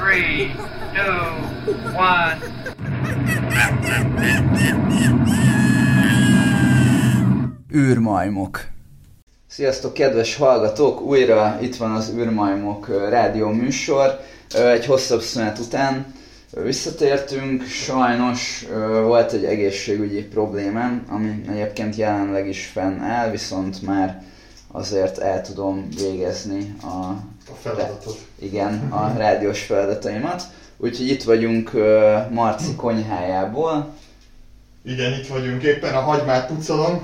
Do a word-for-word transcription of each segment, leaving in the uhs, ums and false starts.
Three, two, one. űrmajmok. Sziasztok, kedves hallgatók! Újra itt van az űrmajmok rádió műsor. Egy hosszabb szünet után visszatértünk. Sajnos volt egy egészségügyi problémám, ami egyébként jelenleg is fennáll, viszont már azért el tudom végezni a, a feladatot. Igen, a rádiós feladataimat. Úgyhogy itt vagyunk Marci konyhájából. Igen, itt vagyunk éppen, a hagymát pucolom.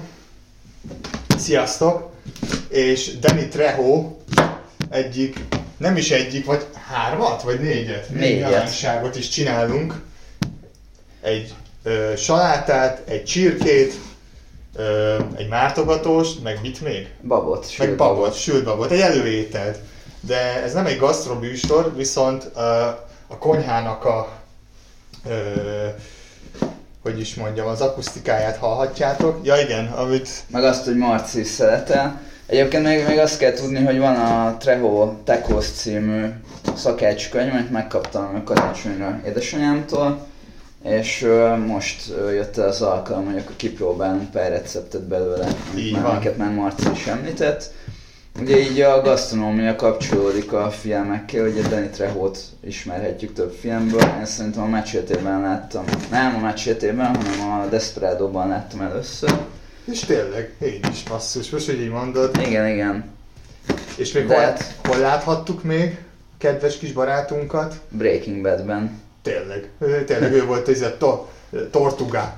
Sziasztok! És Danny Trejo egyik, nem is egyik, vagy hármat, vagy négyet? Négy nyilvánságot is csinálunk. Egy ö, salátát, egy csirkét, ö, egy mártogatóst, meg mit még? Babot. Meg babot, babot, sült babot, egy előételt. De ez nem egy gasztroműsor, viszont ö, a konyhának a ö, hogy is mondjam, az akusztikáját hallhatjátok. Ja igen, amit... Meg azt, hogy Marci is szeretel. Egyébként még, még azt kell tudni, hogy van a Trejo Tacos című szakácskönyv, amit megkaptam karácsonyra édesanyámtól, és uh, most uh, jött el az alkalom, hogy akkor kipróbálunk pár receptet belőle, amiket már Marci is említett. Ugye így a gasztronómia kapcsolódik a filmekkel, ugye Danny Trejót ismerhetjük több filmből. Én szerintem a Machete-ben láttam, nem a Machete-ben, hanem a Desperado-ban láttam először. És tényleg, én is basszus, most hogy így mondod. Igen, igen. És még hol, hát... hol láthattuk még kedves kis barátunkat? Breaking Badben. Tényleg, tényleg ő volt ez a to, Tortuga.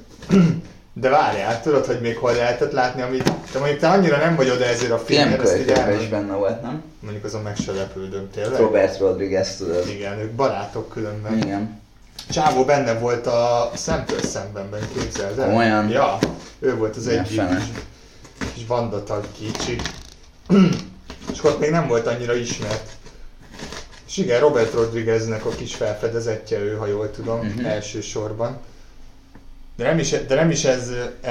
De várjál, tudod, hogy még hol lehetett látni, amit... De mondjuk te annyira nem vagy oda ezért a filmhez. Filmköltőben is benne volt, nem? Mondjuk azon meg se lepődöm, tényleg. Robert Rodriguez, tudod. Igen, ők barátok különben. Igen. Csávó benne volt a Szemtől Szembenben, képzeld el? Olyan? Ja, ő volt az egyik fene. kis, kis bandatag kicsi. És ott még nem volt annyira ismert. És igen, Robert Rodrigueznek a kis felfedezetje ő, ha jól tudom, uh-huh. elsősorban. De nem is, de nem is ez,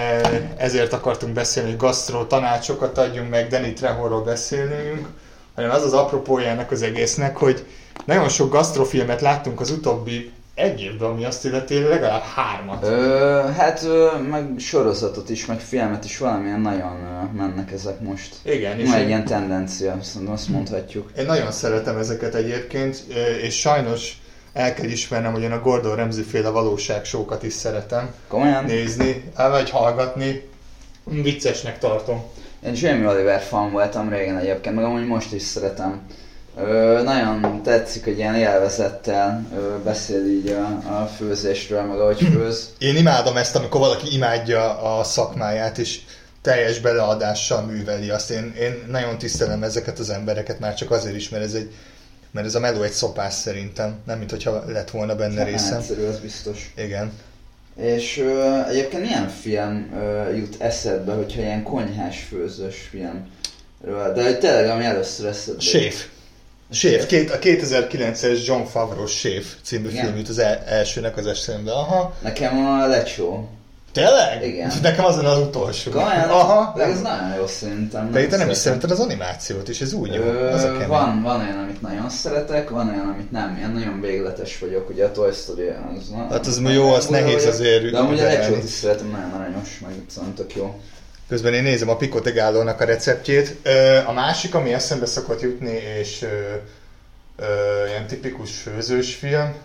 ezért akartunk beszélni, hogy gasztró tanácsokat adjunk meg, Danny Trejóról beszélnünk, hanem az az apropójának az egésznek, hogy nagyon sok gasztrofilmet láttunk az utóbbi egy évben, ami azt illeti legalább hármat. Ö, hát ö, meg sorozatot is, meg filmet is valamilyen nagyon ö, mennek ezek most. Igen. És van egy én, ilyen tendencia, szerintem azt mondhatjuk. Én nagyon szeretem ezeket egyébként, és sajnos el kell ismernem, hogy én a Gordon Ramsay-féle valóságsókat is szeretem. Komolyan? Nézni, vagy hallgatni. Viccesnek tartom. Én Jamie Oliver fan voltam régen egyébként, meg amúgy most is szeretem. Ö, nagyon tetszik, hogy ilyen élvezettel ö, beszél így a, a főzésről, meg ahogy főz. Én imádom ezt, amikor valaki imádja a szakmáját, és teljes beleadással műveli azt. Én, én nagyon tisztelem ezeket az embereket, már csak azért is, mert ez egy Mert ez a meló egy szopás szerintem, nem mint hogyha lett volna benne hát, részem. Egyszerű, az biztos. Igen. És ö, egyébként milyen film ö, jut eszedbe, hogyha ilyen konyhás főzős filmről? De hogy tényleg, ami először eszedbe. Séf. Séf. Két, a kétezer-kilences Jon Favreau Séf című igen? film jut az el, elsőnek az eszembe. Aha. Nekem a Lecsó. Tényleg? Igen. Nekem azon az utolsó. Komolyan? Aha. De ez nagyon jó szerintem. De te nem is szereted az animációt, és ez úgy jó. Ö, az a van, van olyan, amit nagyon szeretek, van olyan, amit nem. Én nagyon végletes vagyok, ugye a Toy Story az... Hát az jó, az nehéz azért. De amúgy a Lecsót is szeretem, nagyon aranyos, meg szerintem tök jó. Közben én nézem a Pico de Gallo-nak a receptjét. A másik, ami eszembe szokott jutni, és ö, ö, ilyen tipikus főzős film,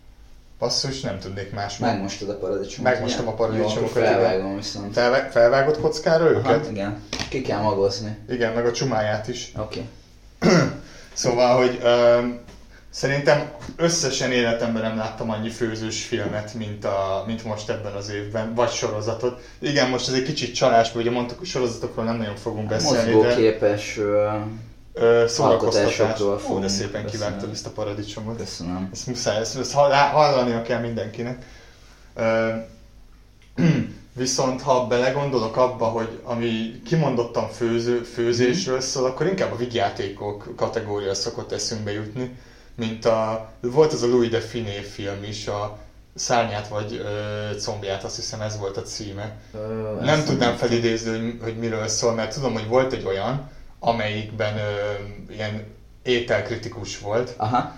basszus, nem tudnék más. Megmostad a paradicsomot. Megmostam a paradicsomokat. Jó, felvágom viszont. Felve- felvágott kockára őket? Aha, igen. Ki kell magozni. Igen, meg a csumáját is. Oké. Okay. Szóval, hogy ö, szerintem összesen életemben nem láttam annyi főzős filmet, mint, a, mint most ebben az évben, vagy sorozatot. Igen, most ez egy kicsit csalás, ugye mondtuk, hogy sorozatokról nem nagyon fogunk beszélni, mozgóképes de szórakoztatás. Ó, de szépen beszélni. Kivágtad ezt a paradicsomot. Köszönöm. Ezt muszáj, ezt, ezt hallania kell mindenkinek. Ö, viszont ha belegondolok abba, hogy ami kimondottan főző, főzésről szól, akkor inkább a vigyátékok kategória szokott eszünkbe jutni, mint a... Volt az a Louis de Funès film is, a Szárnyát vagy ö, combját, azt hiszem ez volt a címe. Ö, nem tudnám felidézni, hogy, hogy miről szól, mert tudom, hogy volt egy olyan, amelyikben ö, ilyen ételkritikus volt. Aha.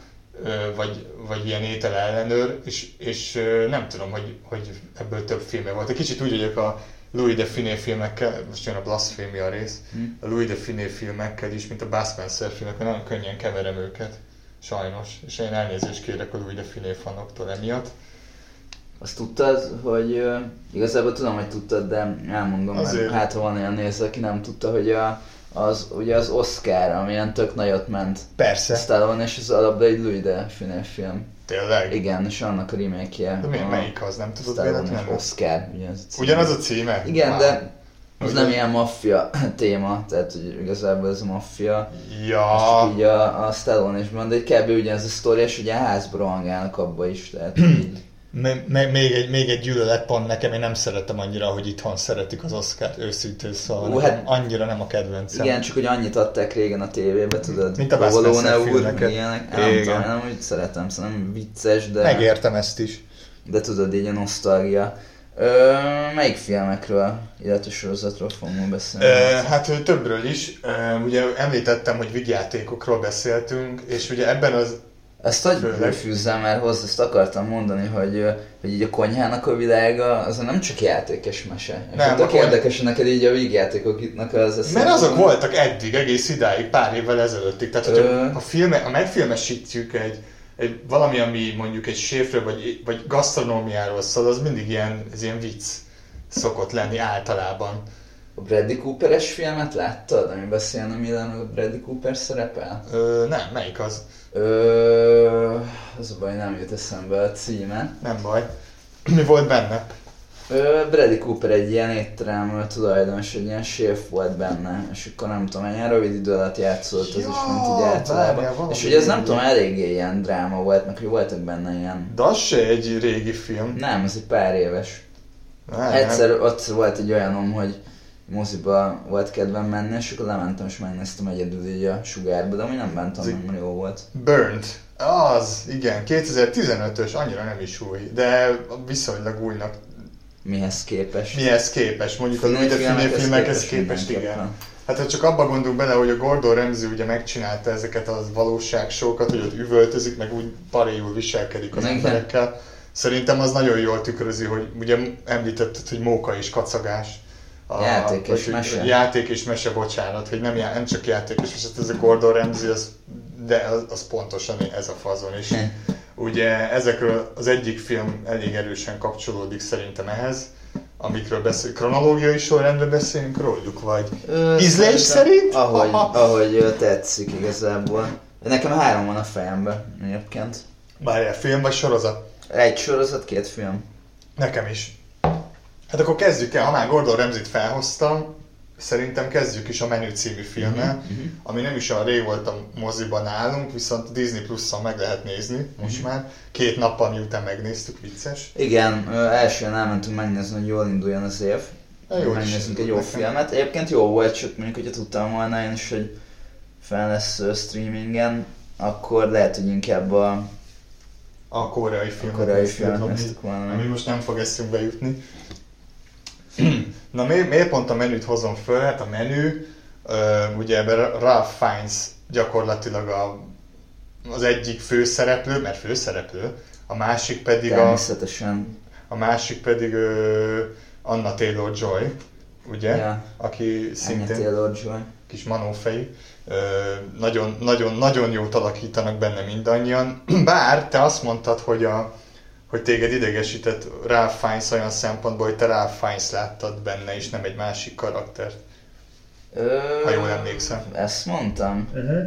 vagy, vagy ilyen étel ellenőr, és, és nem tudom, hogy, hogy ebből több filme volt. Egy kicsit úgy vagyok a Louis de Funès filmekkel, most jön a blasfémia rész, hmm. a Louis de Funès filmekkel is, mint a Bud Spencer filmekkel, nagyon könnyen keverem őket, sajnos. És én elnézést kérek a Louis de Funès fanoktól emiatt. Azt tudtad, hogy uh, igazából tudom, hogy tudtad, de elmondom, azért. Mert hát van olyan néző, aki nem tudta, hogy a, az, ugye az Oscar, amilyen tök nagyot ment. Persze. Stallone, és az alapban egy Louis de Funès film. Tényleg? Igen, és annak a remake-je. De mi, melyik az, nem tudod véletlenül? Oscar, ugye az a ugyanaz a címe? Igen, wow. De az ugyan? Nem ilyen maffia téma, tehát hogy igazából ez a maffia. Ja. És csak így a, a Stallone is van, de egy kb. Ugyanaz a sztori, és ugye házba rohangálnak abba is, tehát így. M- még, egy, még egy gyűlöletpont nekem, én nem szeretem annyira, hogy itthon szeretik az Oscart, őszintén szóval uh, hát, annyira nem a kedvencem. Igen, csak hogy annyit adták régen a tévébe, tudod? Mint a Bud Spencer filmeket. Ilyenek. Nem tudom, nem úgy szeretem, szerintem vicces, de... Megértem ezt is. De tudod, így a nosztalgia. Ö, melyik filmekről, illetve sorozatról fogunk beszélni? Ö, hát többről is. Ö, ugye említettem, hogy vigyátékokról beszéltünk, és ugye ebben az ezt hogy fűzzem, mert hozzá ezt akartam mondani, hogy, hogy így a konyhának a világa, az nem csak játékos mese. Nem, tök érdekes, hogy neked így a vígjátékoknak az eszembe. Mert azok voltak eddig, egész idáig, pár évvel ezelőttig. Tehát, hogy Ö... a, filme, a megfilmesítjük egy, egy valami, ami mondjuk egy séfről vagy, vagy gasztronómiáról szól, az mindig ilyen, ez ilyen vicc szokott lenni általában. A Bradley Cooper-es filmet láttad, amiben Sienna Miller Bradley Cooper szerepel? Ö, nem, melyik az? Ö, az a baj, nem jut eszembe a címe. Nem baj. Mi volt benne? Ö, Bradley Cooper egy ilyen étterem tulajdonos, egy ilyen séf volt benne, és akkor nem tudom, egy ilyen rövid idő alatt játszott az ja, is, mint így általában. És ugye ez nem tudom, eléggé ilyen dráma volt, meg hogy voltak benne ilyen... De az se egy régi film. Nem, ez egy pár éves. Nem, Egyszer nem. Ott volt egy olyanom, hogy moziba volt kedvem menni, és akkor lementem és megnéztem egyedül így a sugárba, de ami nem bántam, nem jó volt. Burnt. Az, igen, kétezer-tizenötös, annyira nem is új, de viszonylag újnak. Mihez képest? Mihez képest, mondjuk a Louis de Funès filmekhez képest, igen. Hát ha csak abba gondolunk bele, hogy a Gordon Ramsay ugye megcsinálta ezeket a valóságsókat, hogy ott üvöltözik, meg úgy paréjul viselkedik az emberekkel. Szerintem az nagyon jól tükrözi, hogy ugye említetted, hogy móka és kacagás. A, játék és mese. Játék és mese, bocsánat, hogy nem, já, nem csak játék és mese, ez a Gordon Ramsay, az, de az, az pontosan ez a fazon is. Ugye ezekről az egyik film elég erősen kapcsolódik szerintem ehhez, amikről beszélünk. Kronológiai sorrendben beszélünk róluk, vagy Ö, ízlés szerint? Ahogy, ahogy tetszik igazából. Nekem három van a fejemben egyébként. Várjál, film vagy sorozat? Egy sorozat, két film. Nekem is. Hát akkor kezdjük el, ha már Gordon Ramsayt felhoztam, szerintem kezdjük is a Menü című filmmel, uh-huh. ami nem is olyan rég volt a moziban nálunk, viszont Disney Plus-on meg lehet nézni most uh-huh. már. Két nappal miután megnéztük, vicces. Igen, elsően elmentünk megnézni, hogy jól induljon az év. Megnézzünk egy jó nekem. filmet. Egyébként jó volt, csak mondjuk, hogyha tudtam volna én is, hogy fel lesz streamingen, akkor lehet, hogy inkább a a koreai filmet, a koreai filmet néztük volna. Ami most nem fog eszünkbe jutni. Na miért, miért pont a menüt hozom föl? Hát a menü, ugye ebben Ralph Fiennes gyakorlatilag a, az egyik főszereplő, mert főszereplő, a másik pedig Természetesen. a, a másik pedig uh, Anna Taylor-Joy, ugye? Ja. Aki szintén Anna Taylor-Joy. Kis manófejű. Uh, nagyon, nagyon, nagyon jót alakítanak benne mindannyian. Bár te azt mondtad, hogy a hogy téged idegesített Ralph Fiennes olyan szempontból, hogy te Ralph Fiennes láttad benne, és nem egy másik karaktert. Ö... Ha jól emlékszem. Ezt mondtam? Uh-huh.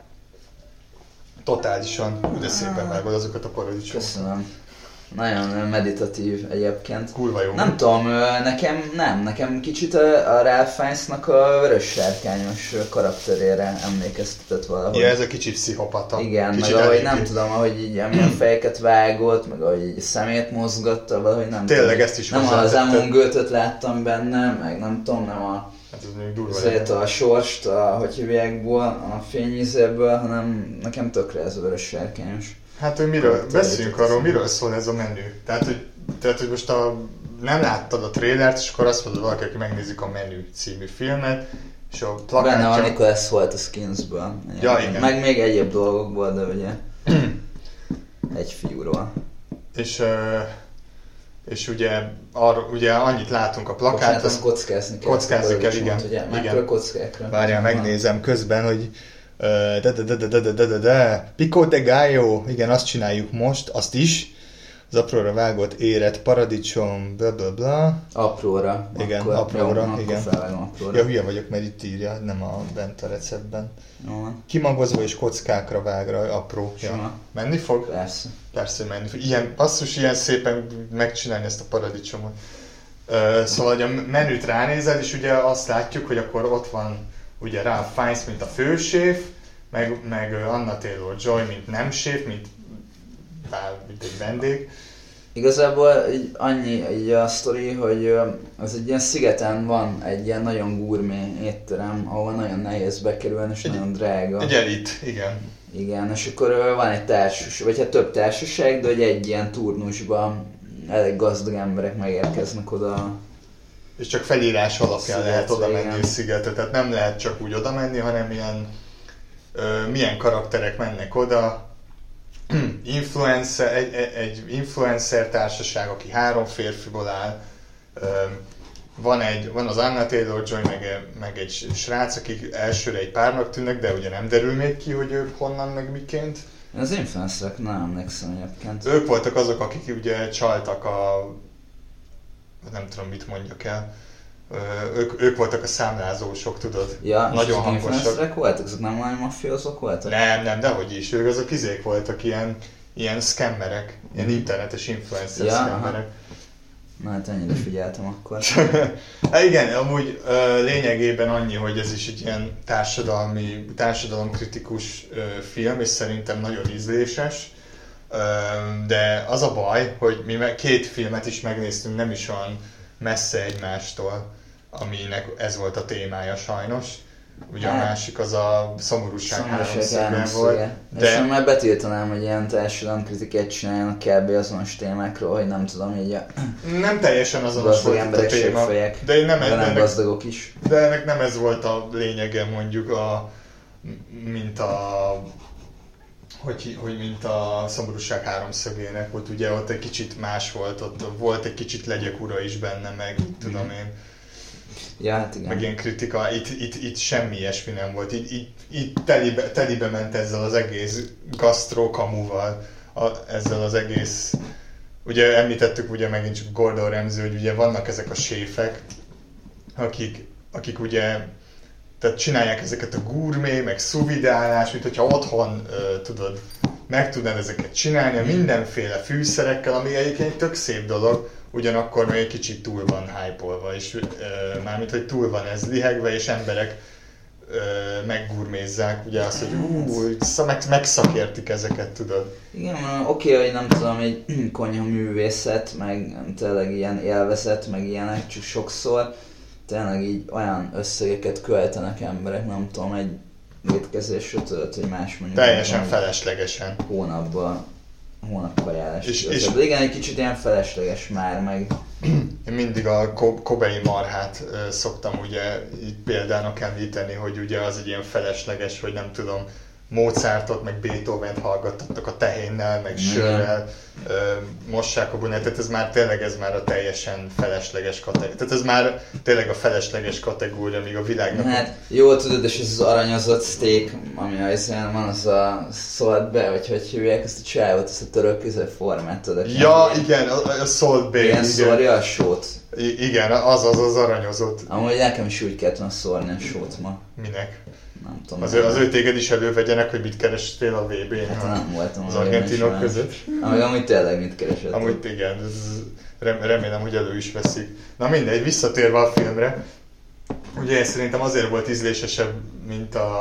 Totálisan. De szépen vágod azokat a paradicsomokat. Köszönöm. Nagyon meditatív egyébként. Kurva jó. Nem tudom, nekem nem, nekem kicsit a, a Ralph Fiennesnak a vörös sárkányos karakterére emlékeztetett valahogy. Ja, ez a kicsit pszichopata. Igen, kicsit meg ahogy nem tudom, ahogy így amilyen fejeket vágott, meg ahogy így szemét mozgatta, valahogy nem Tényleg tudom. Ezt is nem az Amon Goethe-t láttam benne, meg nem tudom, nem a hát ez még durva azért a sorst, a, hogy hívjákból, a fényízéből, hanem nekem tökre ez a vörös sárkányos. Hát, hogy miről, beszéljünk arról, miről szól ez a menü. Tehát, hogy, tehát, hogy most a, nem láttad a trailert, és akkor azt mondod valaki, aki megnézik a Menü című filmet, és a plakátja... Benne a Nicholas Hoult a Skinsből. Ja, igen. Meg még egyéb dolgokból, de ugye... egy fiúról. És, és ugye, arra, ugye annyit látunk a plakáton. Bocsánat, azt kockázni kell. Kockázni kell, igen. Mond, ugye, igen. Kockákra. Várjál, megnézem közben, hogy de de de de de de de de de Pico de Gallo, igen, azt csináljuk most, azt is. Az apróra vágott érett paradicsom, bla bla bla. Apróra. Igen, akkor, apróra, jó, igen. Apróra. Ja, hülye vagyok, mert itt írja, nem a bent a receptben. Jó. Kimagozva és kockákra vágra, apró. Ja. Menni fog? Persze. Persze, menni fog. Ilyen, basszus, ilyen szépen megcsinálni ezt a paradicsomot. Uh, szóval, hogy a menüt ránézed, és ugye azt látjuk, hogy akkor ott van ugye Ralph Fiennes, mint a főséf, meg, meg Anna Taylor-Joy, mint nem séf, mint, bár, mint egy vendég. Igazából így annyi így a sztori, hogy az egy ilyen szigeten van egy ilyen nagyon gurmé étterem, ahol nagyon nehéz bekerülni, és egy, nagyon drága. Egy elit, igen. Igen, és akkor van egy társaság, vagy hát több társaság, de hogy egy ilyen turnusban elég gazdag emberek megérkeznek oda. És csak felírás alapján sziget, lehet oda menni a szigetre, tehát nem lehet csak úgy oda menni, hanem ilyen ö, milyen karakterek mennek oda. Influencer, egy, egy influencer társaság, aki három férfiból áll. Ö, van, egy, van az Anna Taylor-Joy, meg, meg egy srác, akik elsőre egy párnak tűnnek, de ugye nem derül még ki, hogy ők honnan, meg miként. Az influencerek nem emlékszem egyébként. Ők voltak azok, akik ugye csaltak a... nem tudom, mit mondjak el. Ők, ők voltak a számlázósok, tudod? Ja, nagyon és hangosak. Influencerek voltak? Azok nem olyan mafiózok voltak? Nem, nem, dehogy is. Ők azok izék voltak, ilyen, ilyen scammerek, ilyen internetes influencer ja, scammerek. Na hát ennyire figyeltem akkor. Hát igen, amúgy uh, lényegében annyi, hogy ez is egy ilyen társadalmi, társadalomkritikus uh, film, és szerintem nagyon ízléses. Uh, de az a baj, hogy mi két filmet is megnéztünk, nem is olyan messze egymástól, aminek ez volt a témája sajnos. Ugye hát, a másik az a szomorúság háromszöge volt. De... És már betiltanám, hogy ilyen társadalomkritikát csináljanak kb. Azonos témákról, hogy nem tudom, így a... Nem teljesen azonos volt a téma. De én nem, de nem ennek, gazdagok is. De ennek nem ez volt a lényege, mondjuk a... mint a... Hogy, hogy mint a szomorúság háromszögének volt, ugye ott egy kicsit más volt, ott volt egy kicsit legyek ura is benne, meg tudom én. Ja, hát igen. Meg ilyen kritika, itt, itt, itt semmi ilyesmi nem volt, itt, itt, itt telibe, telibe ment ezzel az egész gasztrókamuval, a, ezzel az egész, ugye említettük ugye megint csak Gordon Ramsay, hogy ugye vannak ezek a séfek, akik, akik ugye, tehát csinálják ezeket a gurmé, meg szuvidálás, mint hogyha otthon, uh, tudod, meg tudnád ezeket csinálni, a mindenféle fűszerekkel, ami egyébként tök szép dolog, ugyanakkor még egy kicsit túl van hype-olva, és uh, mármint, hogy túl van ez lihegve, és emberek uh, meggurmézzák, ugye azt, hogy ú, meg, megszakértik ezeket, tudod. Igen, oké, okay, hogy nem tudom, egy konyha művészet, meg tényleg ilyen élvezet, meg ilyenek, csak sokszor tényleg így olyan összegeket költenek emberek, nem tudom, egy étkezésre tudod, hogy más mondjuk... Teljesen tudom, feleslegesen. Hónapban, hónapkajálás. És, és... De igen, egy kicsit ilyen felesleges már, meg... Én mindig a Kobe marhát uh, szoktam ugye így példának említeni, hogy ugye az egy ilyen felesleges, hogy nem tudom, Mozartot, meg Beethovent hallgattattak a tehénnel, meg sörrel, uh, mossák a bunát, tehát ez már tényleg ez már a teljesen felesleges kategória. Tehát ez már tényleg a felesleges kategória, míg a világnak... Hát jó, tudod, és ez az aranyozott steak, ami azért van, az a salt be, vagy hogy hívják ezt a csávot, ezt a török formát, tudod? Ja, igen, a, a salt bay. Igen, szórja a sót. I- igen, az az az aranyozott. Amúgy nekem is úgy kellett volna szórni a sót ma. Minek? Nem tudom. Az, ő, az ő téged is elővegyenek, hogy mit kerestél a vé bén, hát nem voltam az argentinok között. Amúgy, amúgy tényleg mit keresett. Amúgy igen, ez, remélem, hogy elő is veszik. Na mindegy, visszatérve a filmre, ugye én szerintem azért volt ízlésesebb, mint a,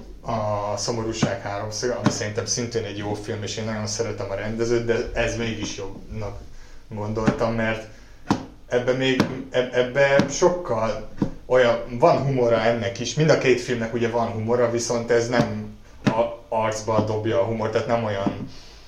a Szomorúság háromszög, ami szerintem szintén egy jó film, és én nagyon szeretem a rendezőt, de ez mégis jobbnak gondoltam, mert ebben még, ebben sokkal olyan, van humora ennek is, mind a két filmnek ugye van humora, viszont ez nem a arcba dobja a humor, tehát nem olyan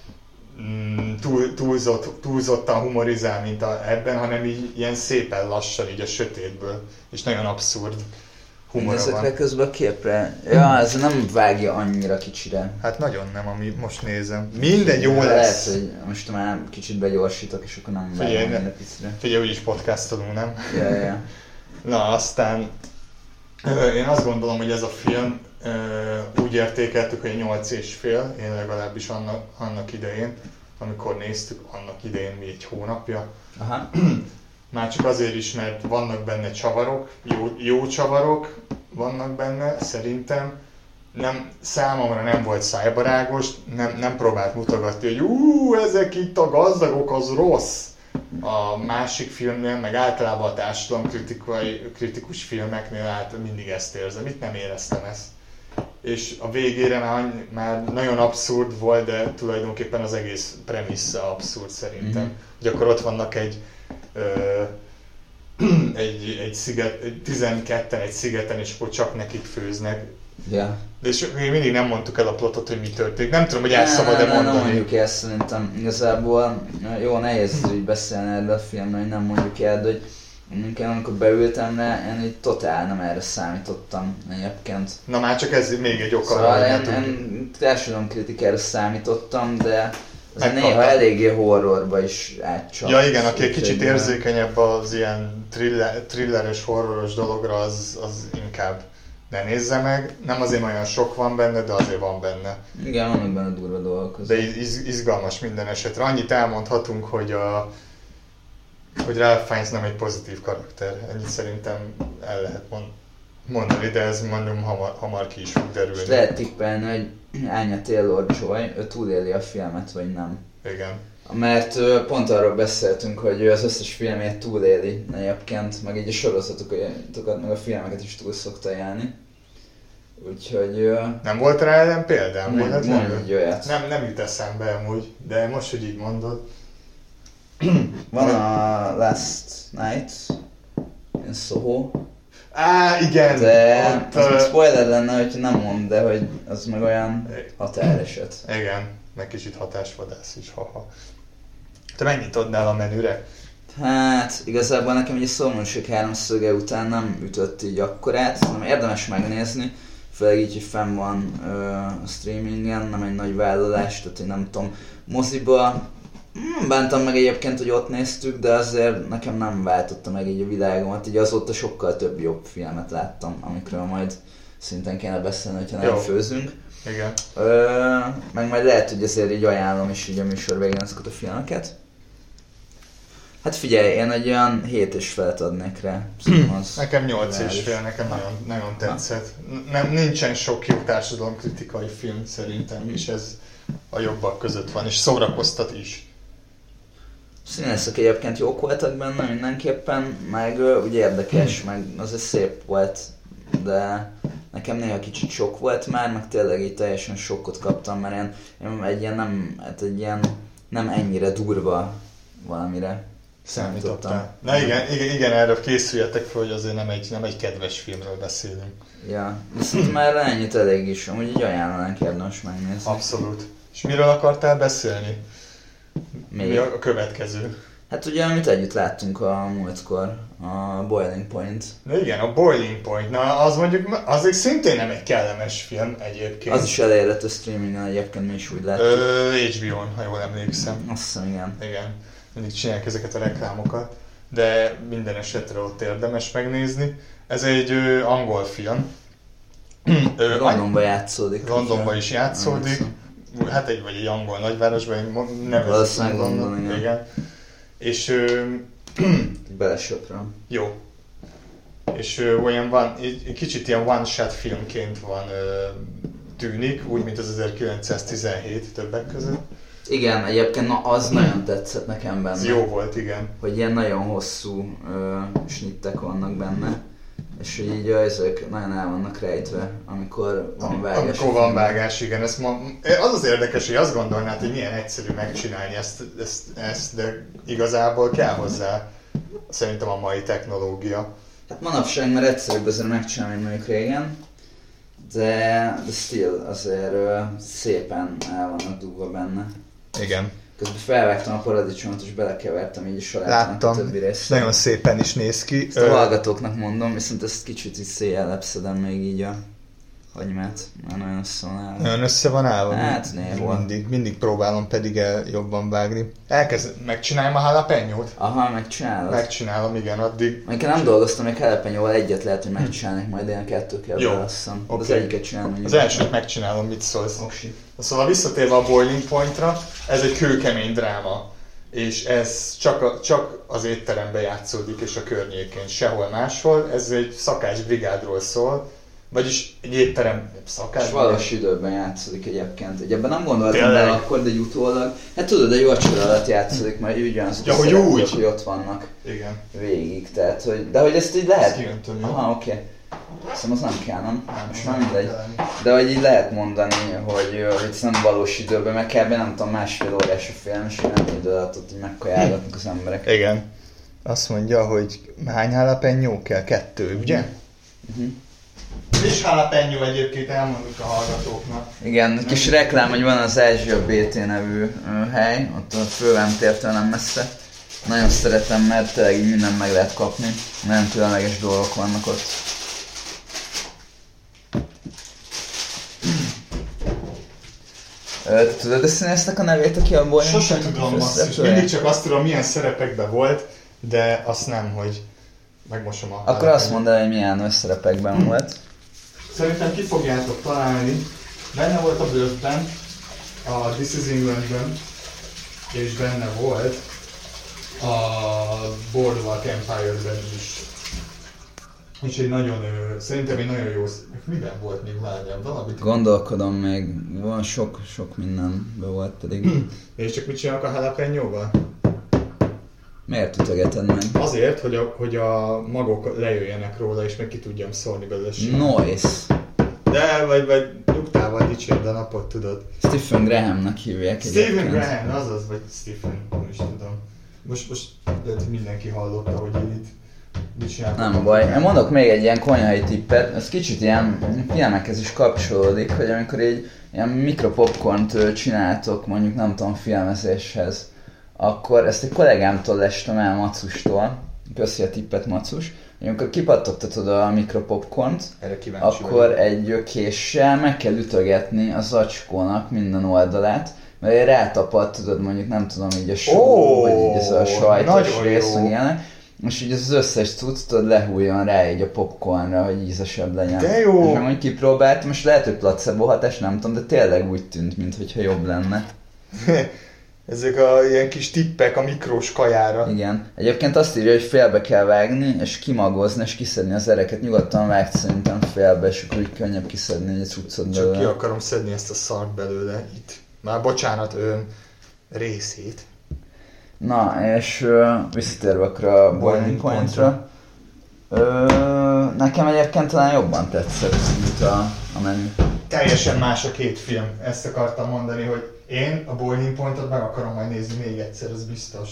mm, túl, túlzott, túlzottan humorizál, mint a, ebben, hanem így ilyen szépen lassan így a sötétből, és nagyon abszurd humora ezekre van. közben a képre. Ja, ez nem vágja annyira kicsire. Hát nagyon nem, ami most nézem. Minden jó Lehet, lesz. hogy most már kicsit begyorsítok, és akkor nem Figyelj, vágja ne- annyira kicire. Figyelj, úgyis podcastolunk, nem? Ja, ja. Na, aztán ö, én azt gondolom, hogy ez a film ö, úgy értékeltük, hogy nyolc és fél, én legalábbis annak, annak idején, amikor néztük, annak idején mi egy hónapja. Aha. Már csak azért is, mert vannak benne csavarok, jó, jó csavarok vannak benne, szerintem. Nem, számomra nem volt szájbarágos, nem, nem próbált mutogatni, hogy ú, ezek itt a gazdagok, az rossz. A másik filmnél, meg általában a társadalomkritikai kritikus filmeknél át mindig ezt érzem, itt nem éreztem ezt. És a végére már, annyi, már nagyon abszurd volt, de tulajdonképpen az egész premissza abszurd szerintem. Mm-hmm. Hogy akkor ott vannak egy, ö, egy, egy sziget, egy tizenketten egy szigeten, és akkor csak nekik főznek. Ja. De és még mindig nem mondtuk el a plotot, hogy mi történik. Nem tudom, hogy el szabad-e nem, mondani. nem mondjuk el, szerintem igazából jó, nehéz így beszélni erről a filmről, hogy nem mondjuk el, de hogy én amikor beültem rá, én így totál nem erre számítottam egyébként. Na már csak ez még egy oka. Szóval hogy ne én, tudjuk. én társadalomkritikára számítottam, de ez Megkaptam. néha eléggé horrorba is átcsap. Ja igen, aki egy Úgyhogy, kicsit érzékenyebb az ilyen thriller, thrilleres, horroros dologra, az, az inkább ne nézze meg. Nem azért olyan sok van benne, de azért van benne. Igen, vannak benne durva dolgok. De iz, izgalmas minden esetre. Annyit elmondhatunk, hogy a hogy Ralph Fiennes nem egy pozitív karakter. Ennyit szerintem el lehet mondani, de ez mondom hamar, hamar ki is fog derülni. És lehet tippelni, hogy Anya Taylor-Joy, ő túléli a filmet, vagy nem. Igen. Mert ö, pont arról beszéltünk, hogy ő az összes filmét túléli egyébként, meg így a sorozatokat, meg a filmeket is túl szokta élni. Úgyhogy... Ö, Nem volt rá ellen példám? mondj, véletlenül? mondj egy olyat. Nem, nem jut eszembe amúgy, de most, hogy így mondod. Van a Last Night in Soho, Á, igen! de ott, az ö, meg spoiler lenne, hogy nem mond, de hogy az meg olyan határeset. Igen, meg kicsit hatásvadász is, haha. Te mennyit adnál a menüre? Hát igazából nekem egy Szomorúság háromszöge után nem ütött így akkorát, hanem érdemes megnézni, főleg így, hogy fenn van ö, a streamingen, nem egy nagy vállalás, tehát én nem tudom, moziba nem bántam meg egyébként, hogy ott néztük, de azért nekem nem váltotta meg így a világomat, így azóta sokkal több jobb filmet láttam, amikről majd szinten kéne beszélni, hogyha nem Jó. főzünk. Igen. Ö, meg majd lehet, hogy azért így ajánlom is így a műsor végén ezeket a filmeket. Hát figyelj, én egy olyan hét és felet adnék rá. Az Nekem nyolc és reális. fél, nekem nagyon, nagyon tetszett. Nem, nincsen sok jó társadalomkritikai film szerintem, és ez a jobbak között van, és szórakoztat is. Színészek egyébként jók voltak benne mindenképpen, meg ö, ugye érdekes, meg azért szép volt, de nekem néha kicsit sok volt már, meg tényleg így teljesen sokkot kaptam, mert én, én egy ilyen nem, hát egy ilyen nem ennyire durva valamire számítottam. Számítottál. Na igen, igen, igen, erről készüljetek fel, hogy azért nem egy, nem egy kedves filmről beszélünk. Ja, viszont már ennyit elég is, amúgy így ajánlanánk érdemes megnézni. Abszolút. És miről akartál beszélni? Még. Mi a a következő? Hát ugye, amit együtt láttunk a múltkor, a Boiling Point. Na igen, a Boiling Point. Na, az mondjuk, az egy szintén nem egy kellemes film egyébként. Az is elérhető streamingen, egyébként mi is úgy láttuk. Ö, há bé ó-n, ha jól emlékszem. Azt hiszem, igen. Igen, mindig csinálják ezeket a reklámokat, de minden esetre ott érdemes megnézni. Ez egy ö, angol film. Ö, Londonban játszódik. Londonban is játszódik. Hát egy vagy egy angol nagyvárosban, én nevezzük Valószínűleg London, igen. igen. És ö, Belesöpröm. jó. És ö, olyan van, egy kicsit ilyen one-shot filmként van ö, tűnik, úgy, mint az ezerkilencszáztizenhét többek között. Igen, egyébként na, az nagyon tetszett nekem benne. Ez jó volt, igen. Hogy ilyen nagyon hosszú ö, snittek vannak benne. És hogy így ezek nagyon el vannak rejtve, amikor van vágás. Amikor van vágás, igen. Ezt ma, az az érdekes, hogy azt gondolnád, hogy milyen egyszerű megcsinálni ezt, ezt, ezt, de igazából kell hozzá szerintem a mai technológia. Hát manapság már egyszerűbb azért megcsinálni, mint mondjuk régen, de, de still azért ö, szépen el vannak dugva benne. Igen. Közben felvágtam a paradicsomot és belekevertem így a salátának a többi részt. Nagyon szépen is néz ki. Ezt a hallgatóknak mondom, viszont ezt kicsit így széjjel lepszedem még így a hagymát, már nagyon össze van állva. Nagyon össze van állva? Hát néhol. Mindig, mindig próbálom pedig el jobban vágni. Elkezd, megcsináljam a jalapenyót? Aha, megcsinálod? Megcsinálom, igen, addig. Még nem dolgoztam még jalapenyóval, egyet lehet, hogy megcsinálnék, majd ilyen kettő kell jó, belasszam. okay. Az egyiket csinálom. Az elsőt megcsinálom, mit szólsz? Oksi. Szóval visszatérve a Boiling Pointra, ez egy kőkemény dráma. És ez csak, a, csak az étteremben játszódik és a környékén, sehol máshol. Ez egy szakácsbrigádról szól. Vagyis egy étterem szakás. És valós időben játszódik egyébként. Ugye ebben nem gondoltam bele akkor, de egy utólag. Hát tudod, egy vacsora alatt játszódik, majd ugyanazok ja, a hogy úgy. hogy ott vannak. Igen. Végig. Tehát, hogy, de hogy ezt így lehet... Ezt kijöntöm, jó? Aha, oké. Okay. Szerintem az nem kell, nem? Nem, most már mindegy. De hogy így lehet mondani, hogy, hogy nem valós időben, meg kb. Nem tudom, másfél órás a film, és nem idő alatt ott így megkajálgatnak az emberek. Igen. Azt mondja, hogy hány jalapenyó kell? Kettő, ugye? Uh-huh. És jalapenyó egyébként elmondjuk a hallgatóknak. Igen, kis reklám, hogy van az Ázsia bé té nevű hely, ott a Fővám tértől nem messze. Nagyon szeretem, mert tényleg így mindent meg lehet kapni. Nagyon különleges dolgok vannak ott. Te tudod összenéztek a nevét, aki a Boiling Sosem tudom azt, mindig csak azt tudom, milyen szerepekben volt, de azt nem, hogy megmosom a... Akkor azt mondd el, hogy milyen szerepekben hmm. volt. Szerintem ki fogjátok találni. Benne volt a Bluffben, a This is Englandben, és benne volt a Boardwalk Empire-ben is. Úgyhogy nagyon, szerintem egy nagyon jó... Miben volt még, várjál, valamit? Gondolkodom még, van sok, sok mindenben volt pedig. És csak mit csinálok a jalapenyóval? Miért ütögeted meg? Azért, hogy a, hogy a magok lejöjjenek róla, és meg ki tudjam szólni belőle. Noise. De, vagy, vagy nyugtával dicsérd a napot, tudod. Stephen Grahamnak hívják. Stephen Graham, azaz, vagy Stephen, nem is tudom. Most, most lehet, hogy mindenki hallotta, hogy én itt mit csináltam. Nem baj. Én mondok még egy ilyen konyhai tippet, ez kicsit ilyen filmekhez is kapcsolódik, hogy amikor egy ilyen mikropopcornt csináltok, mondjuk nem tudom, filmezéshez, akkor ezt egy kollégámtól lestem el, Macustól, köszi a tippet, Macus, hogy amikor kipattogtatod a mikropopcornt, akkor vagy. Egy késsel meg kell ütögetni a zacskónak minden oldalát, mert rátapad, tudod, mondjuk nem tudom, így a só, oh, vagy így ez a sajtos rész, meg ilyenek, és így az összes cucc, tudod, lehújjon rá így a popcornra, hogy ízesebb legyen. De jó! És amúgy kipróbáltam, most lehet, hogy placebo hatás, nem tudom, de tényleg úgy tűnt, mintha jobb lenne. Ezek a ilyen kis tippek a mikrós kajára. Igen. Egyébként azt írja, hogy félbe kell vágni, és kimagozni, és kiszedni az ereket. Nyugodtan vágd szerintem félbe, és akkor úgy könnyebb kiszedni egy cuccot belőle. Csak ki akarom szedni ezt a szart belőle itt. Már bocsánat, ön részét. Na, és uh, visszatérve akkor a Boiling Pointra. Uh, nekem egyébként talán jobban tetszett, mint a, a menü. Teljesen más a két film. Ezt akartam mondani, hogy én a Boiling Pointot meg akarom majd nézni még egyszer, ez biztos.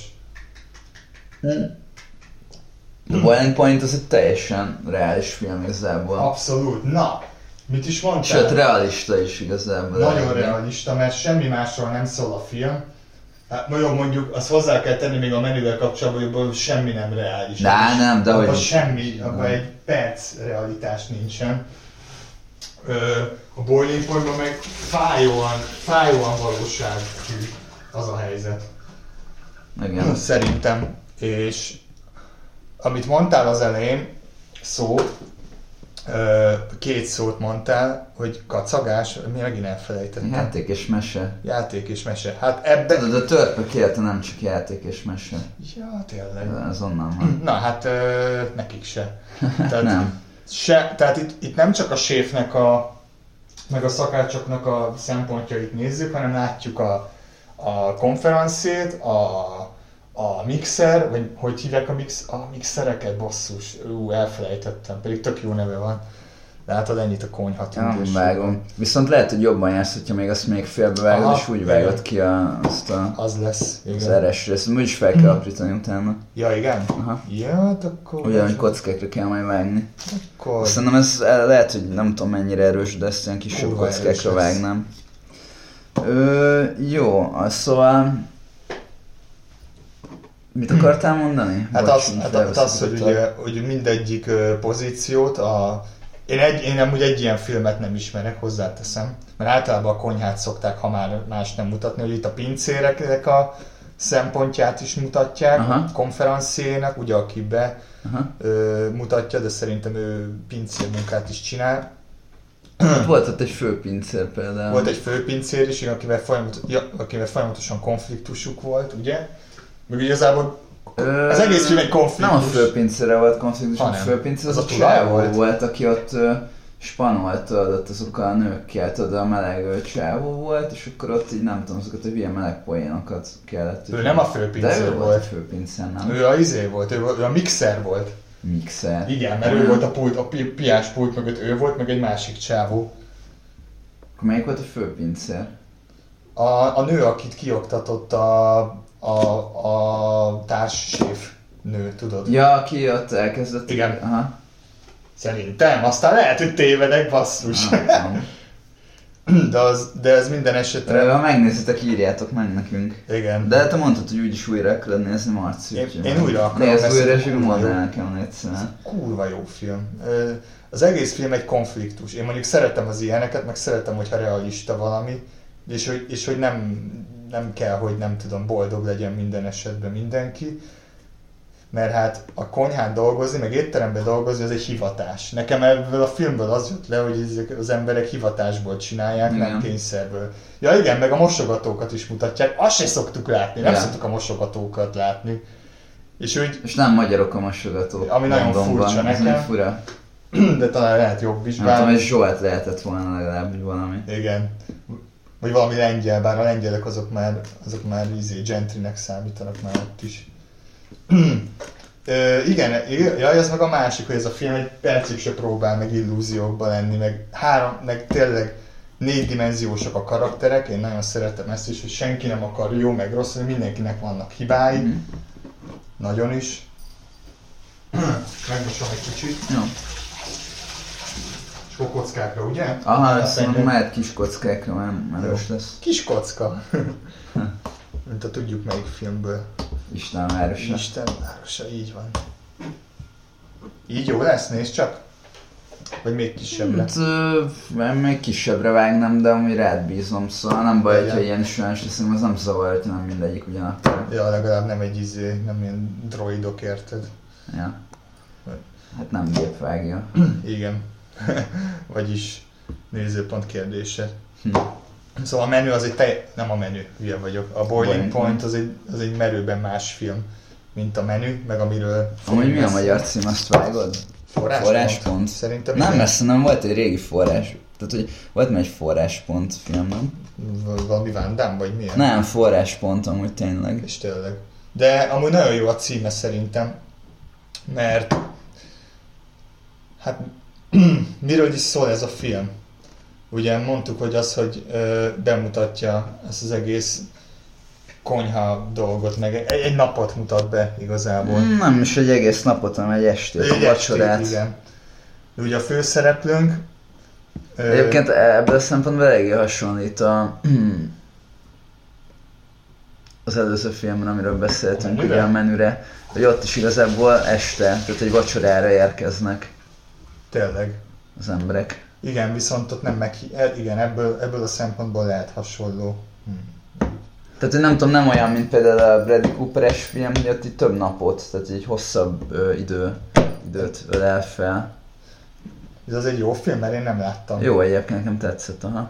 A Boiling Point az egy teljesen reális film igazából. Abszolút. Na, mit is mondtál? Sőt, realista is igazából. Nagyon realista, mert semmi másról nem szól a film. Hát nagyon mondjuk, azt hozzá kell tenni még a menüvel kapcsolatban, hogy semmi nem reális. De nem, de abban hogy... semmi, abban egy perc realitás nincsen. Ö, a Boiling Pointban meg fájóan, fájóan valóságű az a helyzet. Igen. Szerintem. És amit mondtál az elején, szó, ö, két szót mondtál, hogy kacagás, mi megint elfelejtettem. Játék és mese. Játék és mese. Hát ebben... Tudod, a törpök élete nem csak játék és mese. Ja, tényleg. Ez onnan van. Na hát ö, nekik se. Tehát, nem. Se, tehát itt, itt nem csak a séfnek a, meg a szakácsoknak a szempontjait nézzük, hanem látjuk a, a konferencét, a, a mixer, vagy hogy hívják a, mix, a mixereket, basszus, ú, elfelejtettem, pedig tök jó neve van. Látod, ennyit a konyha tűntés. Vágom. Viszont lehet, hogy jobban jársz, hogyha még azt még félbevágod, aha, és úgy vágod ki a, azt a... Az lesz, igen. Az eres részt, úgyis fel kell aprítani utána. Ja, igen? Aha. Ja, hát akkor... Ugyanúgy kockákra kell majd vágni. Akkor... Szerintem ez lehet, hogy nem tudom mennyire erős, de ezt ilyen kisebb kockákra vágnám. Ö, jó, szóval Mit akartál mondani? Hát Bocs, az, hát az, az hogy, ugye, hogy mindegyik uh, pozíciót, a, én, egy, én amúgy egy ilyen filmet nem ismerek, hozzáteszem, mert általában a konyhát szokták, ha már más nem mutatni, hogy itt a pincéreknek a szempontját is mutatják, aha. konferenciének, ugye aki be ö, mutatja, de szerintem ő pincérmunkát is csinál. Volt ott egy főpincér például. Volt egy főpincér is, akivel, folyamat, ja, akivel folyamatosan konfliktusuk volt, ugye? Meg igazából Ö, az egész film egy konfliktus. Nem a főpincére volt konfliktus, a főpincér az, az a csávó volt, aki ott uh, spanolta adott azokkal a nőkkel, tudod, a meleg csávó volt, és akkor ott így nem tudom, azokat a hülye meleg poénokat kellett. Ő nem a főpincér de ő volt. volt a főpincér, nem? Ő a izé volt, ő, ő a mixer volt. Mixer. Igen, mert ő volt a pult, a pi- piás pult mögött ő volt, meg egy másik csávó. Akkor melyik volt a főpincér? A, a nő, akit kioktatott a, a, a társséf nő, tudod? Ja, aki ott elkezdett... Igen. Aha. Szerintem, aztán lehet, hogy tévedek, basszus. de, az, de ez minden esetre... Ha megnézitek, írjátok meg nekünk. Igen. De te mondtad, hogy úgyis újra akarod nézni, Marci. Én, én újra akarom. Nézd újra, és mondd el nekem egyszer. Kurva jó film. Az egész film egy konfliktus. Én mondjuk szeretem az ilyeneket, meg szeretem, hogyha realista valami, és hogy, és hogy nem, nem kell, hogy nem tudom, boldog legyen minden esetben mindenki. Mert hát a konyhán dolgozni, meg étteremben dolgozni, az egy hivatás. Nekem ebből a filmből az jött le, hogy ezek az emberek hivatásból csinálják, igen. Nem kényszerből. Ja igen, meg a mosogatókat is mutatják, azt se szoktuk látni, nem ja. szoktuk a mosogatókat látni. És, úgy, és nem magyarok a mosogatók. Ami nagyon furcsa nekem. Fura. De talán lehet jobb is. Nem tudom, hogy Zsolt lehetett volna legalább valami. Igen. Vagy valami lengyel, bár a lengyelek azok már, azok már easy gentrynek számítanak már ott is. Ö, igen, jaj, az meg a másik, hogy ez a film egy percig se próbál meg illúziókba lenni, meg három, meg tényleg négydimenziósak a karakterek, én nagyon szeretem ezt is, hogy senki nem akar jó meg rossz, hogy mindenkinek vannak hibái, mm. nagyon is. Megmosom egy kicsit. Jó. És akkor kockákra, ugye? Aha, ezt mondom, mehet kis kockákra, már erős lesz. Kis kocka. Mint a tudjuk melyik filmből. Isten városa. Isten városa, így van. Így jó lesz, nézd csak? Vagy még kisebbre? Hát, még kisebbre vágnám, de amúgy rád bízom, szóval nem baj, hogyha ilyen sajnos leszem, az nem zavar, hogyha nem mindegyik ugyanakkor. Ja, legalább nem egy izé, nem ilyen droidok, érted? Ja. Hát nem gép vágja. Igen. Vagyis nézőpont kérdése. Hm. Szóval a menü az egy te... nem a menü, hülye vagyok. A Boiling Point az egy, az egy merőben más film, mint a menü, meg amiről... Amúgy mi a magyar cím, azt vágod? Forráspont? Forráspont. Szerintem nem, messze nem volt egy régi forrás. Tehát, hogy volt már egy forráspont film, nem? Valami Van Damme, vagy milyen? Nem, forráspont amúgy tényleg. És tényleg. De amúgy nagyon jó a címe szerintem, mert... Hát... miről is szól ez a film? Ugye mondtuk, hogy az, hogy ö, bemutatja ezt az egész konyha dolgot, meg egy, egy napot mutat be igazából. Nem is egy egész napot, hanem egy estét, egy vacsorát. Estét, igen. De ugye a főszereplőnk... Ö... Egyébként ebből a szempontból eléggé hasonlít a... az előző filmben, amiről beszéltünk, a ugye a menüre, hogy ott is igazából este, tehát egy vacsorára érkeznek. Tényleg. Az emberek. Igen, viszont ott nem meg... Igen, ebből, ebből a szempontból lehet hasonló. Hm. Tehát, hogy nem tudom, nem olyan, mint például a Bradley Cooper-es film, hogy ott így több napot, tehát egy hosszabb ö, idő, időt ölel fel. Ez az egy jó film, mert én nem láttam. Jó, egyébként nekem tetszett, aha.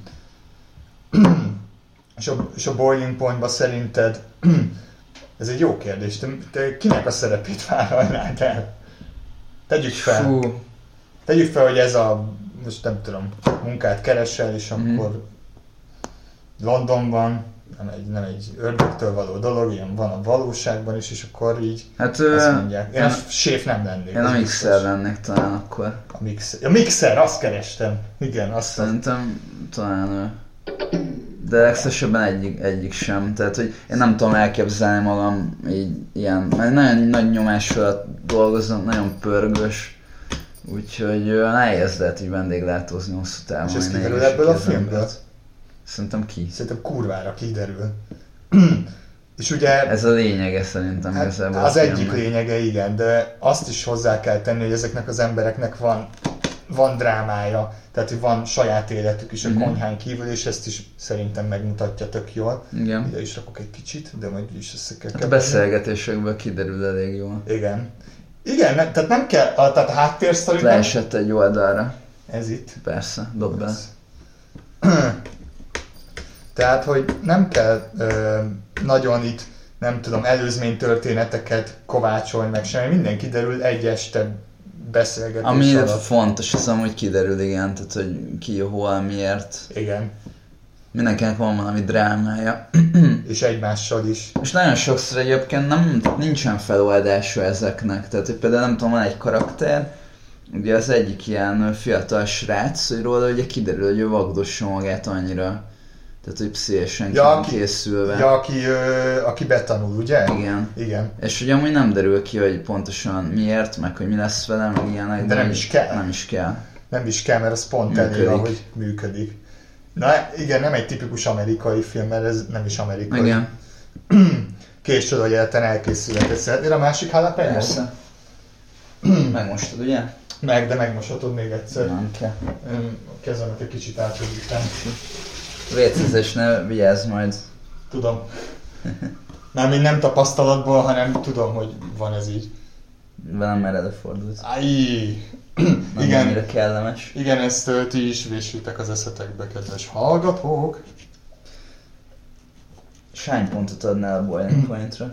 és, a, és a Boiling Point-ban szerinted... ez egy jó kérdés, te, te kinek a szerepét vállalnád el? Tegyük fel. Fú. Tegyük fel, hogy ez a, most nem tudom, munkát keresel, és mm-hmm. akkor Londonban, nem egy, nem egy ördögtől való dolog, ilyen van a valóságban is, és akkor így hát, azt mondják. Én, én a séf nem lennék. Én a mixer lennék talán akkor. A mixer, a mixer, azt kerestem. Igen, azt. Szerintem talán ő. De legszívesebben egyik, egyik sem. Tehát, hogy én nem tudom elképzelni magam így ilyen, mert nagyon nagy nyomás alatt dolgozom, nagyon pörgős. Úgyhogy nehéz lehet így vendéglátózni hosszú távon. És ez kiderül ebből a filmből? Szerintem ki? Szerintem kurvára kiderül. És ugye... Ez a lényege szerintem hát igazából. Az egyik lényege, igen, de azt is hozzá kell tenni, hogy ezeknek az embereknek van, van drámája, tehát hogy van saját életük is a Mhm. konyhán kívül, és ezt is szerintem megmutatja tök jól. Igen. Ide is rakok egy kicsit, de majd is össze kell Hát a keverni. beszélgetésekből kiderül elég jól. Igen. Igen, ne, tehát nem kell, a, tehát a háttérsztorit nem... Leesett egy oldalra. Ez itt. Persze, dob be. Tehát, hogy nem kell ö, nagyon itt, nem tudom, előzménytörténeteket kovácsolni meg semmi, minden kiderül egy este beszélgetés Ami alatt. fontos, az amúgy kiderül, igen, tehát hogy ki, hol, miért. Igen. Mindenkinek van valami drámája. És egymással is. És nagyon sokszor egyébként nem, tehát nincsen feloldása ezeknek. Tehát, hogy például nem tudom, van egy karakter, ugye az egyik ilyen fiatal srác, hogy róla ugye kiderül, hogy ő vagdossa magát annyira. Tehát, hogy pszichésen Ja, ja, aki- készülve. Ja, aki, ö, aki betanul, ugye? Igen. Igen. És ugye amúgy nem derül ki, hogy pontosan miért, meg hogy mi lesz vele, meg ilyenek. De nem hogy is kell. Nem is kell. Nem is kell, mert az pont elég, Működik. ahogy működik. Na igen, nem egy tipikus amerikai film, mert ez nem is amerikai. Igen, Később, hogy elten elkészületet. Szeretnél a másik jalapeno? persze. Megmostad, ugye? Meg, de megmoshatod még egyszer. Nem kell. Ön a kezemet egy kicsit átözítem. Vécézésnél vigyázz majd. Tudom. Nem, én nem tapasztalatból, hanem tudom, hogy van ez így. Velem már előfordult. Áj! Nem Igen. annyira kellemes. Igen, ezt ö, ti is vésüljtek az eszetekbe, kedves hallgatók. És hány pontot adnál a Boiling Pointra?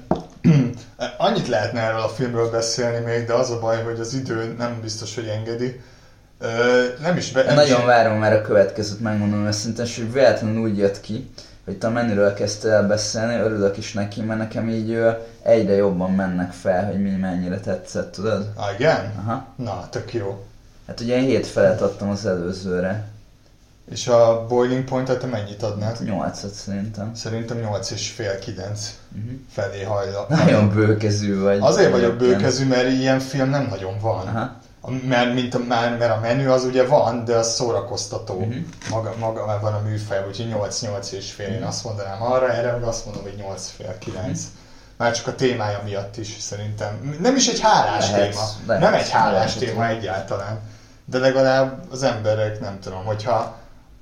Annyit lehetne erről a filmről beszélni még, de az a baj, hogy az idő nem biztos, hogy engedi. Ö, nem is... Be, Én nem nagyon is... várom már a következőt, megmondom őszintén, és hogy véletlenül úgy jött ki, hogy te a menüről kezdtél el beszélni, örülök is neki, mert nekem így ö, egyre jobban mennek fel, hogy mi mennyire tetszett, tudod? Ah, igen? Aha. Na, tök jó. Hát ugye én hét felet adtam az előzőre. És a Boiling Point-et te mennyit adnál? nyolcat szerintem. Szerintem nyolc és fél kilenc Uh-huh. felé hajlak. Nagyon bőkezű vagy. Azért vagyok egyébként. bőkezű, mert ilyen film nem nagyon van. Aha. A, mert, mint a, mert a menü az ugye van, de az szórakoztató. Uh-huh. Maga, maga már van a műfaj, úgyhogy nyolc nyolc és fél. Én azt mondanám arra, erre meg azt mondom, hogy nyolc fél kilenc. Már csak a témája miatt is szerintem. Nem is egy hálás Lehet, téma. lehet. nem egy hálás Lehet. téma egyáltalán. De legalább az emberek, nem tudom, hogyha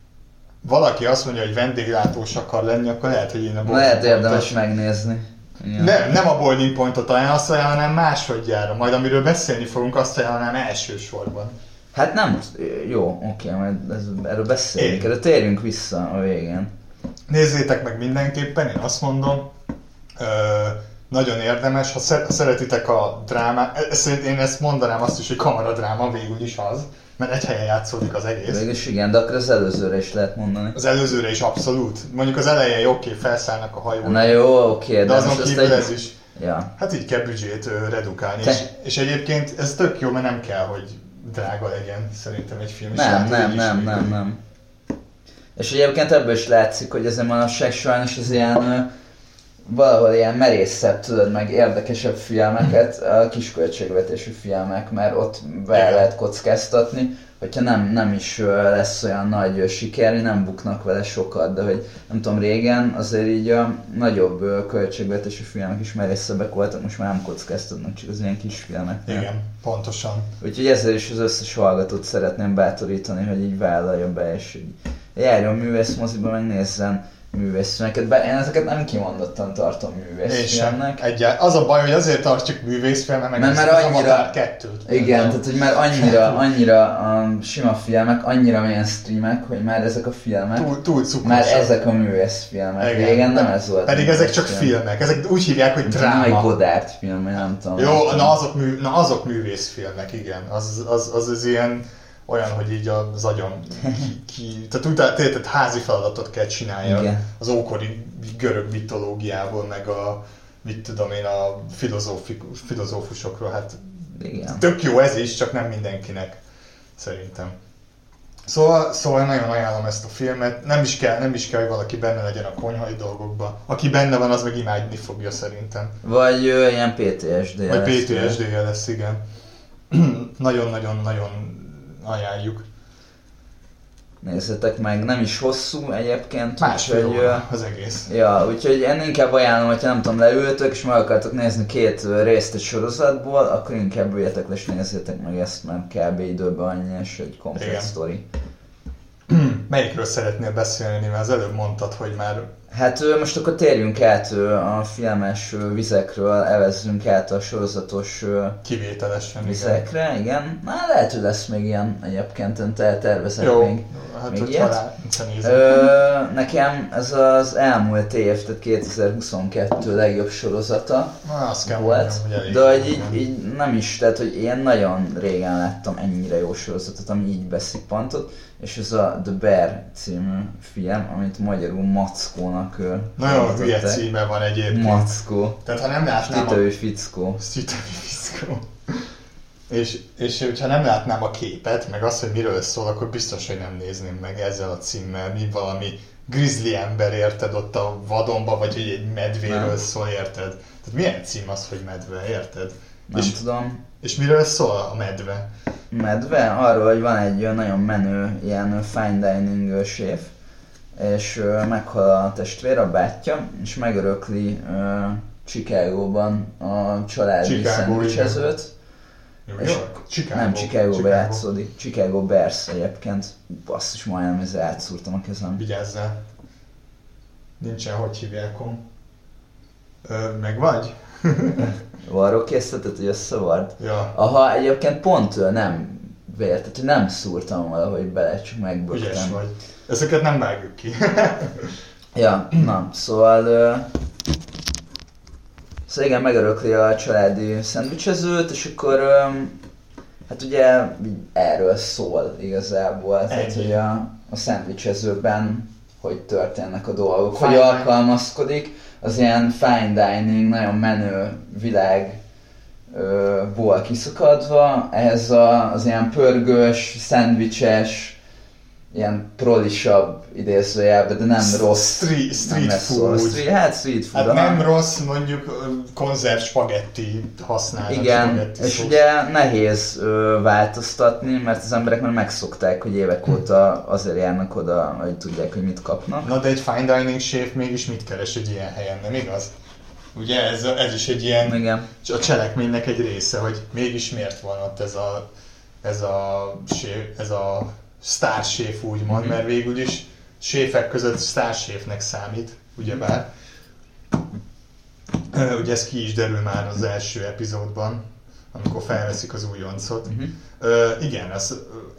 valaki azt mondja, hogy vendéglátós akar lenni, akkor lehet, hogy én a Boiling Lehet érdemes Pointot- megnézni. Igen. Nem, nem a Boiling Pointot ajánlom, azt ajánlanám másodjára. Majd amiről beszélni fogunk, azt ajánlanám elsősorban. Hát nem, jó, oké, majd ez, erről beszéljünk, Én. erről térjünk vissza a végén. Nézzétek meg mindenképpen, én azt mondom. Ö, nagyon érdemes, ha szer- szeretitek a drámát, ezt, én ezt mondanám azt is, hogy kamaradráma végül is az, mert egy helyen játszódik az egész. Végülis igen, de akkor az előzőre is lehet mondani. Az előzőre is abszolút. Mondjuk az elején jó, oké, felszállnak a hajóra, Na jó, oké, de de azon most azt kívül egy... ez is. Ja. Hát így kell büdzsét ö, redukálni. Te- És, és egyébként ez tök jó, mert nem kell, hogy drága legyen szerintem egy film. És Nem, hát nem, így is nem, nem, működik. nem. És egyébként ebből is látszik, hogy ez a manapság sajnos az ilyen ö, valahol ilyen merészebb, tudod, meg érdekesebb filmeket, a kisköltségvetésű filmek, mert ott be Igen. lehet kockáztatni, hogyha nem, nem is ö, lesz olyan nagy ö, siker, nem buknak vele sokat, de hogy nem tudom, régen azért így a nagyobb ö, költségvetésű filmek is merészebbek voltak, most már nem kockáztatnak, csak az ilyen kis filmek. Igen, pontosan. Úgyhogy ezzel is az összes hallgatót szeretném bátorítani, hogy így vállalja be, és így járjon művészmoziba, meg nézzen művészfilmeket, bár én ezeket nem kimondottan tartom Én sem. művészfilmnek. Egyáltalán. Az a baj, hogy azért tartjuk művészfilmet, meg Mert ezt már az annyira- Avatar kettőt. Igen, tehát hogy már annyira, annyira a sima filmek, annyira mainstreamek, hogy már ezek a filmek, Túl, túl cukrosak. már ezek a művészfilmek. Igen. Régen nem ez volt. Pedig ezek csak művészfilm. filmek. Ezek úgy hívják, hogy Nem egy dráma. Godard film, vagy nem tudom. Jó, nem tudom. na azok, mű, na azok művészfilmek, igen. Az az, az, az ilyen olyan, hogy így az agyam ki, ki tehát úgy, tehát, tehát házi feladatot kell csinálja. Igen. Az ókori görög mitológiából, meg a mit tudom én, a filozófikus, filozófusokról, hát Igen. tök jó ez is, csak nem mindenkinek, szerintem. Szóval, szóval nagyon ajánlom ezt a filmet, nem is, kell, nem is kell, hogy valaki benne legyen a konyhai dolgokban. Aki benne van, az meg imádni fogja szerintem. Vagy ö, ilyen pé té es dé. Vagy pé té es dé-je lesz, igen. Nagyon-nagyon-nagyon ajánljuk. nézzetek meg, nem is hosszú egyébként. Másfél úgyhogy, óra az egész. Ja, úgyhogy én inkább ajánlom, hogyha nem tudom, leültök és meg akartok nézni két részt egy sorozatból, akkor inkább üljetek le és nézzétek meg ezt, mert kb. Időben annyi és egy komplet sztori. Melyikről szeretnél beszélni, mert az előbb mondtad, hogy már... Hát most akkor térjünk át a filmes vizekről, evezzünk át a sorozatos kivételesen vizekre, igen. igen. Na, lehet, hogy lesz még ilyen egyébként, te tervezek Jó, még, hát még hogy ilyet. Ö, nekem ez az elmúlt év, tehát kétezer-huszonkettő legjobb sorozata Na, azt kell volt, mondjam, hogy elég de hogy így, így nem is, tehát hogy én nagyon régen láttam ennyire jó sorozatot, ami így beszippantott, és ez a The Bear című film, amit magyarul Mackónak nagyon hülye címe van egyébként. Mackó. Tehát ha nem látnám Stitövő fickó. Stitövő fickó. És, és hogyha nem látnám a képet, meg azt, hogy miről szól, akkor biztos, hogy nem nézném meg ezzel a címmel, mi valami grizzly ember, érted, ott a vadonba, vagy hogy egy medvéről nem. szól, érted? Tehát milyen cím az, hogy medve, érted? Nem és, tudom. És miről szól a medve? Medve? Arról, hogy van egy nagyon menő ilyen fine dining séf, és uh, meghal a testvér, a bátyja, és megörökli uh, Chicagóban a családi szendvicsezőt. Chicago. Nem, Chicago-ba játszódik. Chicago Bears egyébként. Basszus, majdnem ezzel átszúrtam a kezem. Vigyázzál. Nincsen, hogy hívjákom. Ö, meg vagy? Arról készítetted, hogy összevard? Ja. Aha, egyébként pont ő nem vélt, tehát hogy nem szúrtam valahogy bele, csak megbögtem. Ügyes vagy. Ezeket nem vágjuk ki. Ja, na, szóval... Uh, szóval igen, megörökli a családi szendvicsezőt, és akkor... Um, hát ugye erről szól igazából, tehát hogy a, a szendvicsezőben hogy történnek a dolgok, fine hogy alkalmazkodik az ilyen fine dining, nagyon menő világból kiszakadva, ehhez a, az ilyen pörgős, szendvicses, ilyen prolisabb idézőjelben, de nem rossz. Street, street nem food. Street, hát street food. Hát nem rossz, mondjuk konzerv spagetti használnak. Igen, spagetti és szósz. ugye nehéz ö, változtatni, mert az emberek már megszokták, hogy évek óta azért járnak oda, hogy tudják, hogy mit kapnak. Na de egy fine dining séf mégis mit keres egy ilyen helyen, nem igaz? Ugye ez, ez is egy ilyen, igen. A cselekménynek egy része, hogy mégis miért van ott ez a, ez a, ez a sztárséf úgymond, mm-hmm. mert végül is séfek között sztárséfnek számít, ugyebár. Ugye ez ki is derül már az első epizódban, amikor felveszik az újoncot. Mm-hmm. Ö, igen, azt,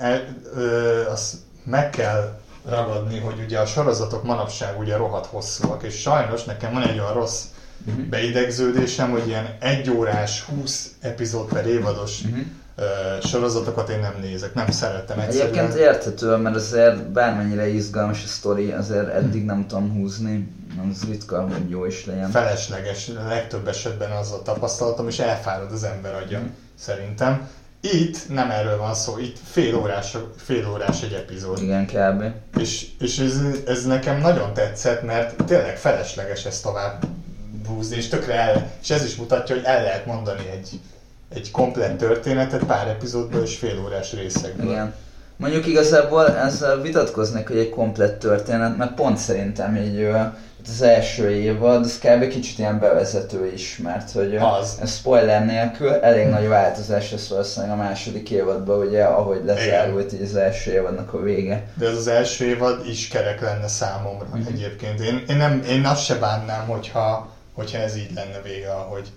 azt meg kell ragadni, hogy ugye a sorozatok manapság ugye rohadt hosszúak, és sajnos nekem van egy olyan rossz mm-hmm. beidegződésem, hogy ilyen egy órás, húsz epizód per évados mm-hmm. Uh, sorozatokat én nem nézek, nem szeretem egyszerűen. Egyébként érthető, mert azért bármennyire izgalmas a sztori, azért eddig nem tudom húzni, az ritka, hogy jó is legyen. Felesleges, legtöbb esetben az a tapasztalatom, és elfárad az ember agya, mm. szerintem. Itt nem erről van szó, itt fél órás, fél órás egy epizód. Igen, kb. És, és ez, ez nekem nagyon tetszett, mert tényleg felesleges ezt tovább húzni, és tökre el, és ez is mutatja, hogy el lehet mondani egy egy komplett történetet pár epizódból és fél órás részekből. Igen. Mondjuk igazából ezzel vitatkoznék, hogy egy komplett történet, mert pont szerintem így az első évad, az kb. Kicsit ilyen bevezető is, mert hogy az. Ez spoiler nélkül elég nagy változás lesz valószínűleg a második évadban, ugye, ahogy lezárult így az első évadnak a vége. De ez az első évad is kerek lenne számomra mm-hmm. egyébként. Én, én, nem, én azt se bánnám, hogyha, hogyha ez így lenne vége, ahogy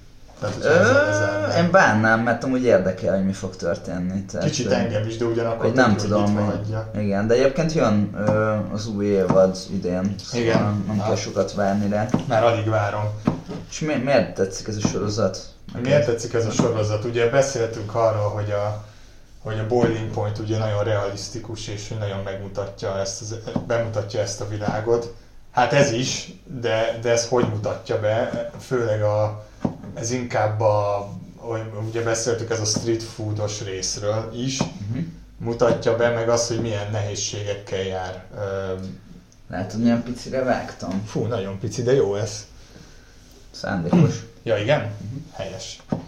Ö, én bánnám, mert amúgy érdekel, hogy mi fog történni. Tehát, kicsit engem is, de ugyanakkor hogy nem tudom, hogy igen, de egyébként jön ö, az új évad idén, szóval igen. nem kell sokat várni rá. Már alig várom. És mi, miért tetszik ez a sorozat? Miért tetszik ez a sorozat? Ugye beszéltünk arról, hogy a, hogy a Boiling Point ugye nagyon realisztikus, és hogy nagyon megmutatja ezt, az, bemutatja ezt a világot. Hát ez is, de, de ez hogy mutatja be, főleg a ez inkább a, ugye beszéltük ez a street foodos részről is, uh-huh. mutatja be meg azt, hogy milyen nehézségekkel jár. Látod, milyen picire vágtam? Fú, nagyon pici, de jó ez. Szándékos. Ja, igen? Uh-huh. Helyes.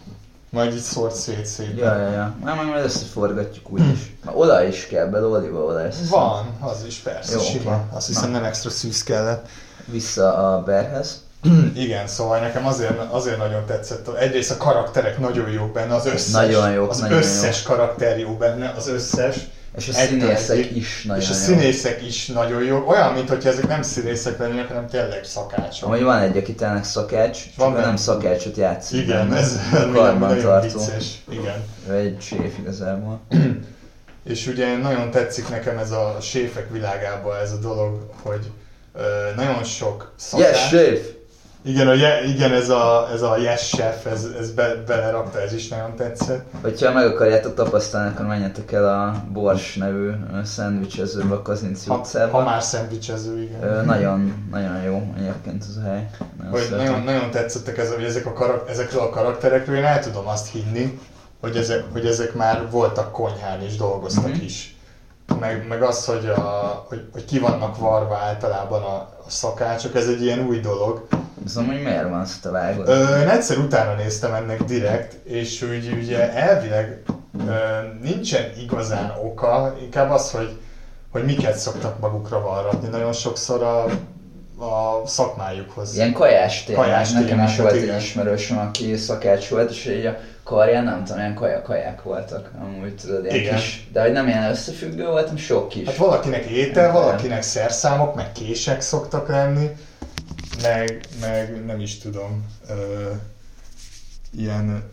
Majd így szórt szét szépen. Ja, ja, ja. Már majd összeforgatjuk úgyis. Már olaj is kell belőle, olívaolaj. Van, az is persze, jó, sima. okay. Azt hiszem nem extra szűz kellett. Vissza a Bearhez. Igen, szóval nekem azért, azért nagyon tetszett. Egyrészt a karakterek nagyon jók benne, az összes. Nagyon jók, az nagyon összes jók. karakter jó benne, az összes. És a színészek egy, is nagyon És a jók. színészek is nagyon jók. Olyan, mintha ezek nem színészek lennének, hanem tényleg szakácsok. Amúgy van egy, aki tényleg szakács, van csak nem szakácsot játszik. Igen, ez karbantartó. vicces. Igen. Ő egy séf igazából. És ugye nagyon tetszik nekem ez a séfek világában ez a dolog, hogy ö, nagyon sok szakács... Yes, séf! Igen, a, igen, ez a, ez a yes chef, ez, ez be, belerakta, ez is nagyon tetszett. Hogyha meg akarjátok tapasztalni, akkor menjetek el a Bors nevű szendvicsezőbe a Kazinci utcába. Ha már szendvicsező, igen. Ö, nagyon, nagyon jó egyébként ez a hely. Nagyon, nagyon, nagyon tetszettek ez, hogy ezek a karak, ezekről a karakterekről én el tudom azt hinni, hogy ezek, hogy ezek már voltak konyhán és dolgoztak mm-hmm. is. Meg, meg az, hogy, a, hogy, hogy ki vannak varva általában a, a szakácsok, ez egy ilyen új dolog. Tudom, hogy miért van azt a vágod? Ö, én egyszer utána néztem ennek direkt, és úgy ugye elvileg ö, nincsen igazán oka, inkább az, hogy, hogy miket szoktak magukra varratni. Nagyon sokszor a, a szakmájukhoz. Ilyen kajás tényleg. Kajás Nekem témát, is volt igen. egy ismerősöm, aki szakács volt, és így a karján nem tudom, ilyen kaja kaják voltak. Amúgy tudod, ilyen Igen. kis. De hogy nem ilyen összefüggő volt, hanem sok kis. Hát valakinek étel, Igen. valakinek szerszámok, meg kések szoktak lenni, meg, meg nem is tudom, ö, ilyen,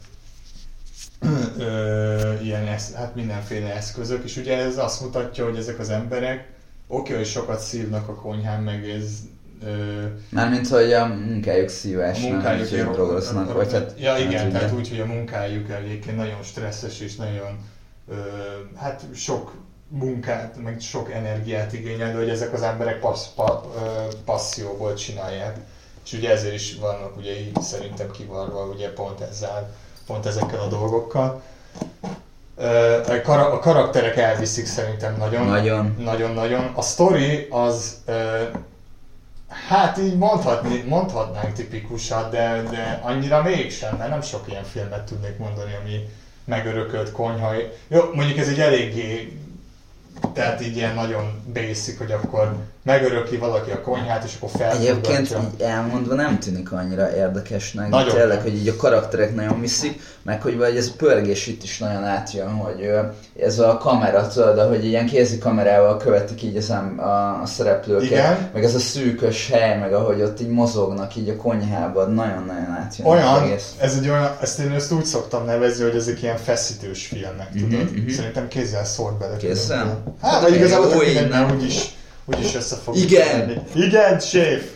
ö, ilyen esz, hát mindenféle eszközök, és ugye ez azt mutatja, hogy ezek az emberek oké, hogy sokat szívnak a konyhán, meg ez... Ö, Mármint, hogy a munkájuk szívás, a munkájuk nem, hogy dolgoznak, vagy hát... Ja igen, hát, tehát ugye. úgy, hogy a munkájuk egyébként nagyon stresszes és nagyon, ö, hát sok munkát, meg sok energiát igényel, de hogy ezek az emberek passz, pa, ö, passzióból csinálják. És ugye ezért is vannak ugye így szerintem kivarva ugye pont ezzel, pont ezekkel a dolgokkal. Ö, a, kar- a karakterek elviszik szerintem nagyon. Nagyon. Nagyon-nagyon. A sztori az, ö, hát így mondhatni, mondhatnánk tipikusat, de, de annyira mégsem, mert nem sok ilyen filmet tudnék mondani, ami megörökölt konyha. Jó, mondjuk ez egy eléggé, tehát így ilyen nagyon basic, hogy akkor megörökli valaki a konyhát, és akkor felfoggatja. Egyébként így elmondva nem tűnik annyira érdekesnek, Nagyon tényleg, nem. hogy így a karakterek nagyon viszik, meg hogy vagy ez a pörgés itt is nagyon átjön, hogy ö, ez a kamera, tudod, hogy ilyen kézi kamerával követik így az em- a, a szereplőket, Igen. meg ez a szűkös hely, meg ahogy ott így mozognak így a konyhában, nagyon-nagyon átjön Olyan, az egész. ez egy olyan, ezt én ezt úgy szoktam nevezni, hogy ezek ilyen feszítős filmek, tudod? Mhm, mhm. Szerintem kézzel szórt bele. Kézzel? tudod. Hát, vagy igazából Jó, tök így mindegy, nem. mert úgyis, úgyis össze fog Igen! tenni. Igen, séf!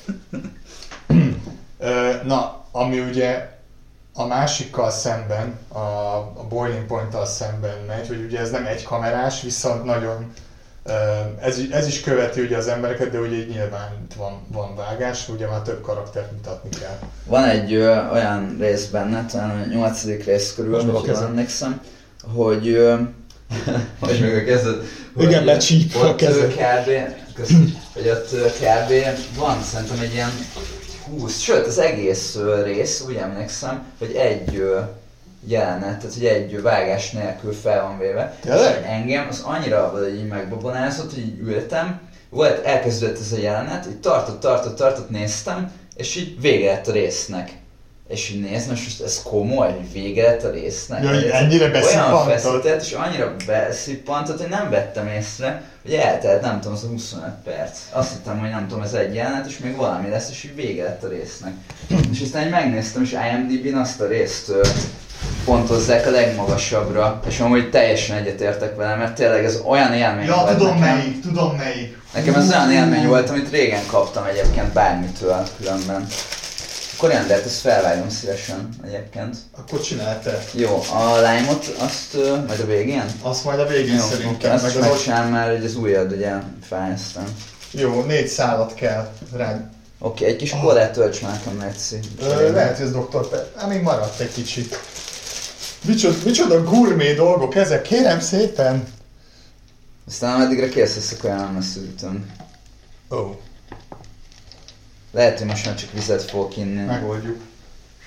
Ö, Na, ami ugye a másikkal szemben, a, a Boiling Point-tal szemben megy, hogy ugye ez nem egy kamerás, viszont nagyon ö, ez, ez is követi ugye az embereket, de ugye nyilván van, van vágás, ugye már több karaktert mutatni kell. Van egy ö, olyan rész benne, talán a nyolcadik rész körül, Most meg a hogy jól kezed. emlékszem, hogy... Ö, most meg a kezed. Igen, hogy, mert csíp a ott, ö, kezed. kb. Köszönöm, hogy ott ö, kb. Van szerintem egy ilyen húsz, sőt az egész ö, rész, úgy emlékszem, hogy egy ö, jelenet, tehát hogy egy vágás nélkül fel van véve. Tényleg? És engem az annyira valahogy így megbabonázott, hogy így ültem, volt, elkezdődött ez a jelenet, így tartott, tartott, tartott, néztem, és így vége lett a résznek. És így nézd, most ez komoly, hogy vége lett a résznek. Ja, Ez ennyire olyan beszippantott? feszített, és annyira beszippantott, hogy nem vettem észre, hogy eltelt, nem tudom, az a huszonöt perc. Azt hittem, hogy nem tudom, ez egy jelenet, és még valami lesz, és így vége lett a résznek. És aztán így megnéztem, és IMDb-n azt a részt ö, pontozzák a legmagasabbra, és amúgy teljesen egyetértek vele, mert tényleg ez olyan élmény Ja, volt tudom nekem. melyik, tudom melyik. Nekem ez olyan élmény volt, amit régen kaptam egyébként bármitől különben. Akkor rendelt, ezt felvágom szívesen egyébként. Akkor csinálj te. Jó, a lime-ot azt ö, majd a végén? Azt majd a végén Jó, oké, szerintem. azt Meg is az ott... megcsinálom már, hogy az ujjad ugye fájztam. Jó, négy szálat kell rád. Oké, egy kis kólát tölts már nekem, Leci. Ö, lehet, hogy ez doktor Pe... Hát még maradt egy kicsit. Micsoda, micsoda gurmé dolgok ezek, kérem szépen! Aztán ameddigre kész lesz, akkor nem lesz üdítőn. Ó, oh, Lehet, hogy most már csak vizet fogok inni. megoldjuk.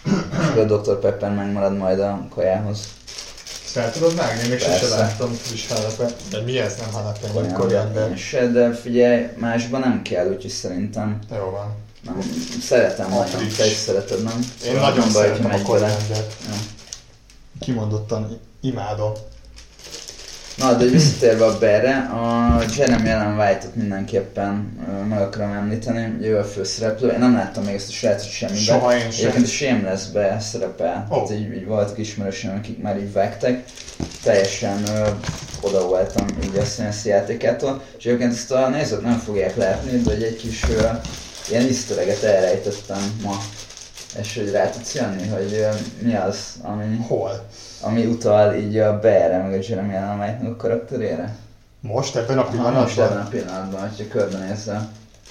és a doktor Pepper megmarad majd a kajához. Ezt el tudod vágni? Még Persze. sose láttam friss jalapeno. De mi ez? Nem jalapeno, vagy koriander. Én se, de figyelj, másban nem kell, úgyhogy szerintem Jó van. nem, szeretem nagyon, Matrix. te is szereted, nem? Én Szóval nagyon nem baj, szeretem hogyha a megy bele. koriandert. Ja. Kimondottan imádom. Na, de visszatérve a Bearre, a Jeremy Allen White-ot mindenképpen uh, meg akarom említeni, ugye ő a főszereplő. Én nem láttam még ezt a srácot semmiben. Soha én sem. Egyébként a Shameless-be szerepel, Oh. tehát így, így voltak ismerősöm, akik már így vágtak. Teljesen uh, oda voltam így a Sense játékától. És egyébként ezt a nézők nem fogják látni, de egy kis uh, ilyen easter egget elrejtettem ma. És hogy rá tudsz jönni, hogy uh, mi az, ami... Hol? ami utal így a Bearre, meg a Jeremy Allen White-nak a karakterére. Most? Ebben a Aha, pillanatban? most ebben a pillanatban, hogyha körbenézzel.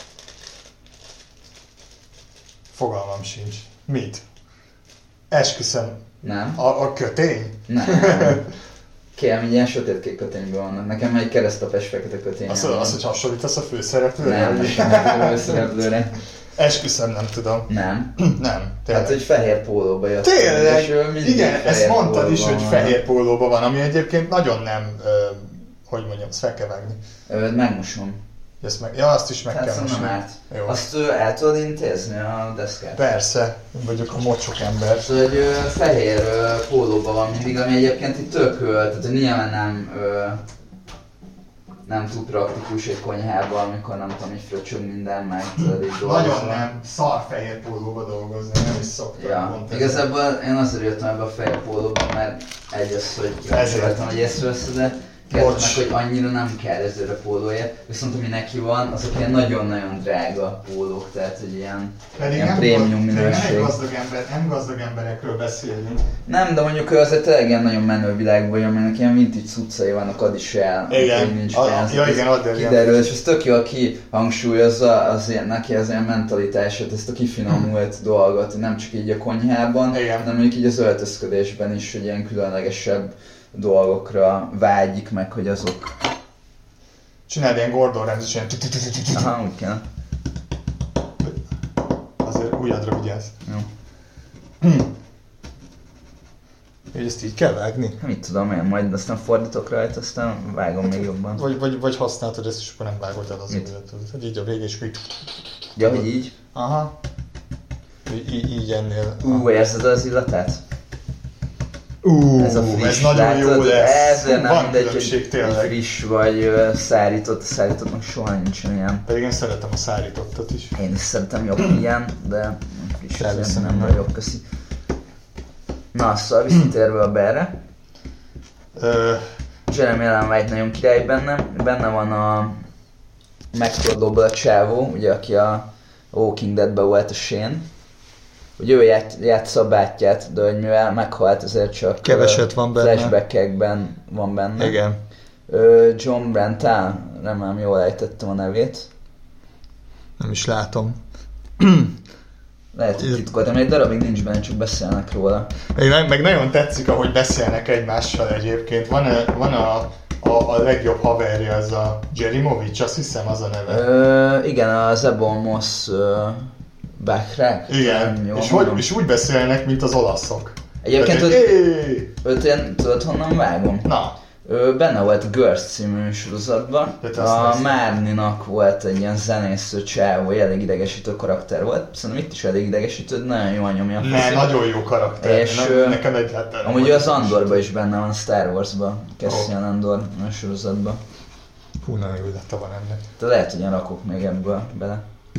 Fogalmam sincs. Mit? Esküszöm. Nem? A, a kötény? Nem. Kérem, így ilyen sötétkék kötényben vannak. Nekem egy keresztapes fekete kötény. Azt, azt, hogy hasonlítasz a főszereplőre? Nem, Vagy- nem a szereplőre. Esküszöm, nem tudom. Nem. Nem. Tehát, hogy fehér pólóba jött. Tényleg, És ő mindig igen, ezt fehér mondtad is, pólóban hogy van. fehér pólóban van, ami egyébként nagyon nem, ö, hogy mondjam, ezt fel kell vágni. Ö, megmosom. Ezt meg, ja, azt is meg Tehát kell szóval nem mosni. árt. Jó. Azt ő el tudod intézni a deszkát? Persze, én vagyok a mocsok ember. Szóval, hogy ö, fehér ö, pólóban van mindig, ami egyébként itt tök, ö, tehát hogy nyilván nem, ö, nem túl praktikus egy konyhában, amikor nem tudom, így fröcsög minden, meg tudod így dolgozni. Nagyon nem, szar fehér pólóba dolgozni, nem is szoktam. Ja, pont ezért. igazából én azért jöttem ebbe a fehér pólóba, mert egy az, hogy Ezért. kíváncsi hogy észreveszed, de kettő meg, Bocs. hogy annyira nem kell ezért a pólóért, viszont ami neki van, azok ilyen nagyon-nagyon drága pólók, tehát hogy ilyen, Pedig ilyen nem, prémium gaz- nem minőség. egy gazdag ember, nem gazdag emberekről beszélünk. Nem, de mondjuk ő azért tényleg ilyen nagyon menő világban jön, aminek ilyen vintage cuccai vannak, ad is el, Igen. hogy nincs A- pénz. ja, igen, add el, Kiderül, és ez tök jól kihangsúlyozza az ilyen, neki az ilyen mentalitását, ezt a kifinomult dolgot, hogy nem csak így a konyhában, Igen. hanem mondjuk így az öltözködésben is, hogy ilyen különlegesebb dolgokra vágyik meg, hogy azok... Csináld ilyen Gordon Ramsay, ilyen Aha, úgy kell. azért ujjadra vigyázz. Jó. Hogy ezt így kell vágni? Hát mit tudom én, majd aztán fordítok rajta, aztán vágom még jobban. Vagy, vagy, vagy használtad ezt, és akkor nem vágod el az Mit? ujjat. Hogy így a végén, és akkor így... Ja, hogy így? Aha. Így, így, így ennél. Ú, érzed az illatát? Ú, Ez a friss, ez nagyon jó látod? lesz. Ezért nem Van mindegy, különbség hogy tényleg. friss vagy ö, szárított, a szárítottnak soha nincsen ilyen. Pedig én szeretem a szárítottat is. Én is szeretem jobb ilyen, de friss Kell azért viszonylag. nem nagyon jobb, köszi. Na, szóval visszatérve a Bearre. Ö, Jeremy Allen White nagyon király benne. Benne van a McCordóból a csávó, ugye, aki a Walking Deadben volt a Shane. Ugye ő ját, játsza a bátyját, de hogy mivel meghalt, ezért csak Keveset ö, van benne. flashbackekben van benne. igen. Ö, John Brental, remélem jól ejtettem a nevét. Nem is látom. Lehet, hogy titkoltam, egy darabig nincs benne, csak beszélnek róla. Meg, meg nagyon tetszik, ahogy beszélnek egymással egyébként. Van, a, van a, a, a legjobb haverja, ez a Jerimovic, azt hiszem az a neve. Ö, igen, az Ebon Moss ö, Bachrach. Igen, Jól és, mondom. hogy, és úgy beszélnek, mint az olaszok. Egyébként Tehát, őt, "Éj!" őt én, tudod honnan vágom? Na, Ő benne volt a Girls című sorozatban. Tehát azt A néztem. Márninak volt egy ilyen zenésző csávó, elég idegesítő karakter volt. Szerintem itt is elég idegesítő, de nagyon jól nyomja a ne, feszét. nagyon jó karakter. És, nem, ö, nekem egyáltalán. Amúgy ő az Andorban is benne van, a Star Wars-ban, Cassian Oh. Andor a sorozatban. Hú, nagyon jó illata van ennek. De lehet, hogy én rakok még ebből bele.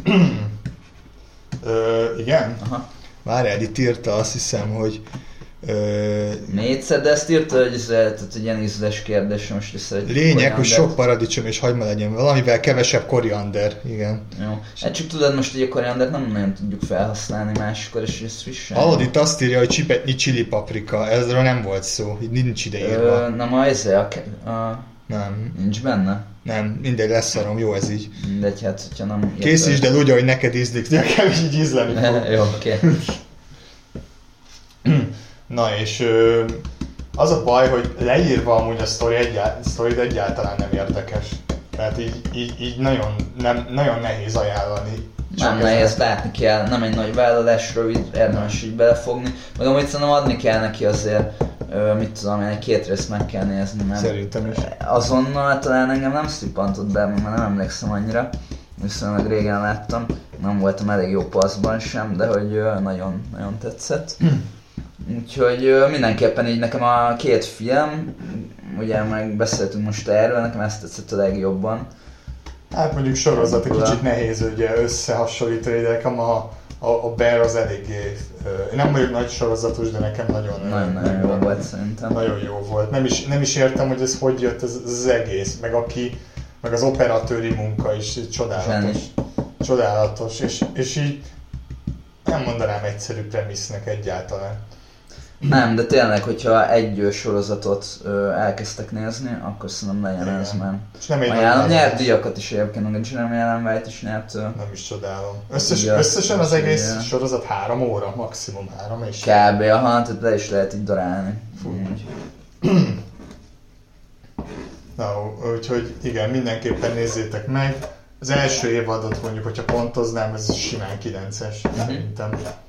Ö, igen? Aha. Várjál, itt írta, azt hiszem, hogy... Ö, Négyszer, de ezt írta, hogy ez tehát egy ilyen ízles kérdés, most is egy lényeg, hogy koriandert. sok paradicsom és hagyma legyen, valamivel kevesebb koriander, igen. Jó. Hát csak tudod, most ugye a koriandert nem nagyon tudjuk felhasználni máskor, és ez frissen. Hallod, itt azt írja, hogy csipetnyi chili paprika, ezről nem volt szó, itt nincs ide írva. Ö, nem, a, ez a, a, Nem, nincs benne? nem, mindegy, leszarom, jó ez így. Mindegy, hát hogyha nem... írta- Készítsd el úgy, hogy neked ízlik, nekem így ízleni fog. Jó, oké. Okay. Na és ö, az a baj, hogy leírva amúgy a sztori, egyál, sztori egyáltalán nem érdekes. Tehát így, így, így nagyon, nem, nagyon nehéz ajánlani. Nem nehéz, látni kell, nem egy nagy vállalás, rövid, érdemes így belefogni. Meg amúgy szerintem adni kell neki azért, mit tudom én, egy két részt meg kell nézni, mert szerintem is. Azonnal talán engem nem szippantott be, mert nem emlékszem annyira. Viszonylag régen láttam, nem voltam elég jó paszban sem, de hogy nagyon, nagyon tetszett. Úgyhogy mindenképpen így nekem a két film, ugye meg beszéltünk most erről, nekem ezt tetszett a legjobban. Hát mondjuk sorozat egy kicsit nehéz ugye összehasonlítani, de nekem a, a, a Bear az eléggé, én nem vagyok nagy sorozatos, de nekem nagyon, nagyon, nagyon jó volt szerintem. Nagyon jó volt. Nem is, nem is értem, hogy ez hogy jött ez, ez az egész, meg aki, meg az operatőri munka is csodálatos. Csodálatos, és, és így nem mondanám egyszerű premissznek egyáltalán. Nem, de tényleg, hogyha egy sorozatot ö, elkezdtek nézni, akkor szerintem legyen igen. Ez, mert ajánlom, nyert díjakat is egyébként, a Jeremy Allen White is nyert. Ö, nem is csodálom. Összes, ugye, összesen az egész ugye. Sorozat három óra, maximum három és... Kb. Aha, tehát le is lehet így darálni. Na, úgyhogy igen, mindenképpen nézzétek meg. Az első évadot mondjuk, hogyha pontoznám, ez simán kilences, szerintem.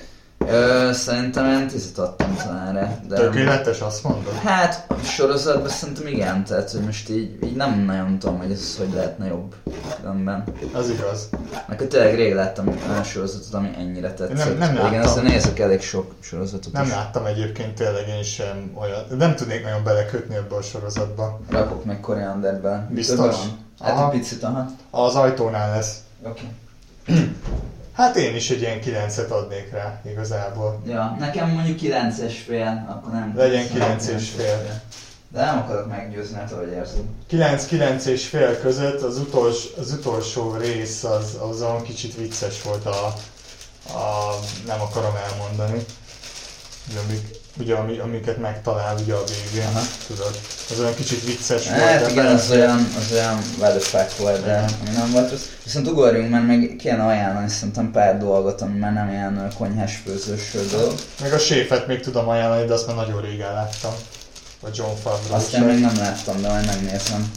Ö, szerintem én tízet adtam talán rá. De tökéletes, azt mondod? Hát a sorozatban szerintem igen, tehát hogy most így, így nem nagyon tudom, hogy ez hogy lehetne jobb különben. Az igaz. Nekem tényleg rég láttam olyan sorozatot, ami ennyire tetszett. Nem, nem láttam. Igen, aztán nézek elég sok sorozatot Nem is. láttam egyébként tényleg én sem olyan, nem tudnék nagyon belekötni ebbe a sorozatba. Rakok meg korianderbe. Biztos? Hát egy picit, aha. Az ajtónál lesz. Oké. Okay. Hát én is egy ilyen kilencet adnék rá, igazából. Ja, nekem mondjuk kilenc és fél, akkor nem... Legyen kilenc és fél. De nem akarok meggyőzni, hát ahogy érzed. kilenc kilenc és fél között az, utols, az utolsó rész az, az olyan kicsit vicces volt a, a... nem akarom elmondani. Ugye, amik, ugye amik, amiket megtalál ugye a végén, aha. Tudod. Az olyan kicsit vicces hát, volt. Hát igen, az olyan, az olyan what the fuck volt, de ami nem volt rossz. Viszont ugorjunk, mert meg kéne ajánlani szerintem pár dolgot, ami már nem ilyen konyhás főzős dolog. Meg a séfet még tudom ajánlani, de azt már nagyon régen láttam. A John Favreau. Azt én még nem láttam, de majd megnézem.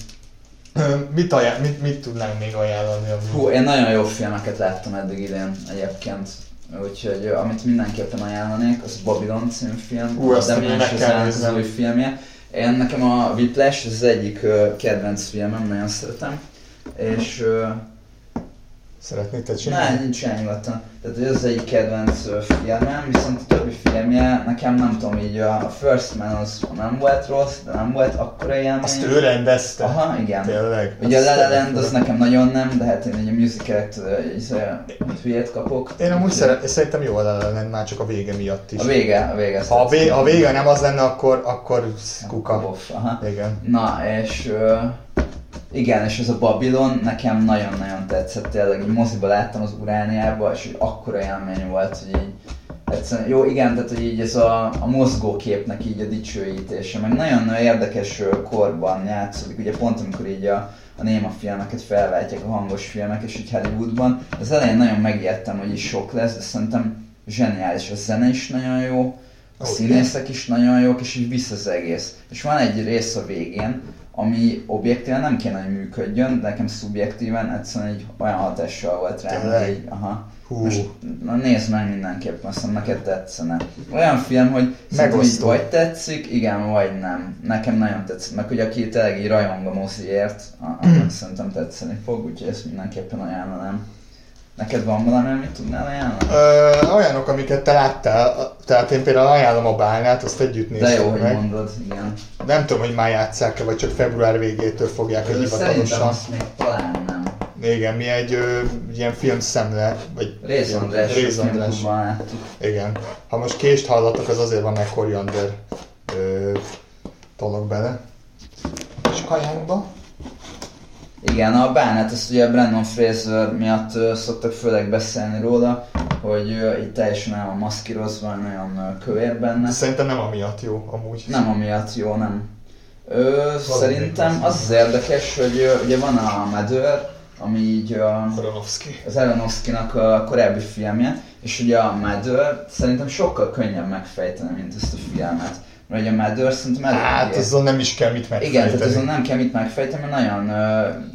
mit, ajánl- mit, mit tudnánk még ajánlani? Ami... Hú, én nagyon jó filmeket láttam eddig idén egyébként. Úgyhogy amit mindenképpen ajánlanék, az Babylon című film. Hú, azt nem meg kell nézni. Az új filmje. Én nekem a Whiplash, ez az egyik uh, kedvenc filmem, nagyon szeretem. És... Uh, Szeretnéd te csinálni? Nem, nincs nyugodtan. Tehát ez az egyik kedvenc uh, filmem, viszont a többi filmje, nekem nem tudom így, a First Man az nem volt rossz, de nem volt akkora élmény. Azt ő rendezte? Aha, igen. Tényleg? Ugye a La La Land az nekem nagyon nem, de hát én egy a musicalet hülyét kapok. Én amúgy szeret, szerintem jó a La La Land, már csak a vége miatt is. A vége, a vége. Ha a vége, a vége nem az lenne, akkor, akkor kuka. Aha. Igen. Na, és... Uh, igen, és ez a Babylon nekem nagyon-nagyon tetszett, tényleg így moziba láttam az Urániába, és így akkora élmény volt, hogy így egyszerűen, jó igen, tehát hogy így ez a, a mozgóképnek így a dicsőítése, meg nagyon érdekes korban játszódik, ugye pont amikor így a, a néma filmeket felváltják a hangos filmek, és így Hollywoodban, az elején nagyon megijedtem, hogy is sok lesz, de szerintem zseniális, a zene is nagyon jó, a oh, színészek is nagyon jók, és így vissza az egész. És van egy rész a végén, ami objektíven nem kéne, hogy működjön, de nekem szubjektíven egyszerűen egy olyan hatással volt rám, hogy így, aha. Hú. Most na, nézd meg mindenképpen, aztán neked tetszene. Olyan film, hogy szerintem így vagy tetszik, igen, vagy nem. Nekem nagyon tetszett, meg hogy aki tényleg így rajong a moziért, annak szerintem tetszeni fog, úgyhogy ezt mindenképpen ajánlanám. Neked van valami, amit tudnál ajánlani? Ö, olyanok, amiket te láttál, tehát én például ajánlom a Bálnát, azt együtt néztük meg. De jó, hogy mondod, igen. Nem tudom, hogy már játsszák-e, vagy csak február végétől fogják egy hivatalosan. Szerintem azt még talán nem. Igen, mi egy ö, ilyen filmszemle, vagy... Réz András, Réz András. Igen. Ha most kést hallatok, az azért van, meg koriander ö, tolok bele. És kajánkba. Igen, a Bánát, ezt ugye Brandon Fraser miatt uh, szoktak főleg beszélni róla, hogy uh, itt teljesen el van maszkírozva, nagyon uh, kövér benne. De szerintem nem amiatt jó, amúgy. Nem amiatt jó, nem. Ö, szerintem az az érdekes, hogy uh, ugye van a Mother, ami így uh, Aronofsky. az Aronofskynak a korábbi filmje, és ugye a Mother szerintem sokkal könnyebb megfejteni, mint ezt a filmet. Mert ugye a Mother szerintem elég. Hát azon nem is kell mit megfejteni. Igen, tehát azon nem kell mit megfejteni, mert nagyon uh,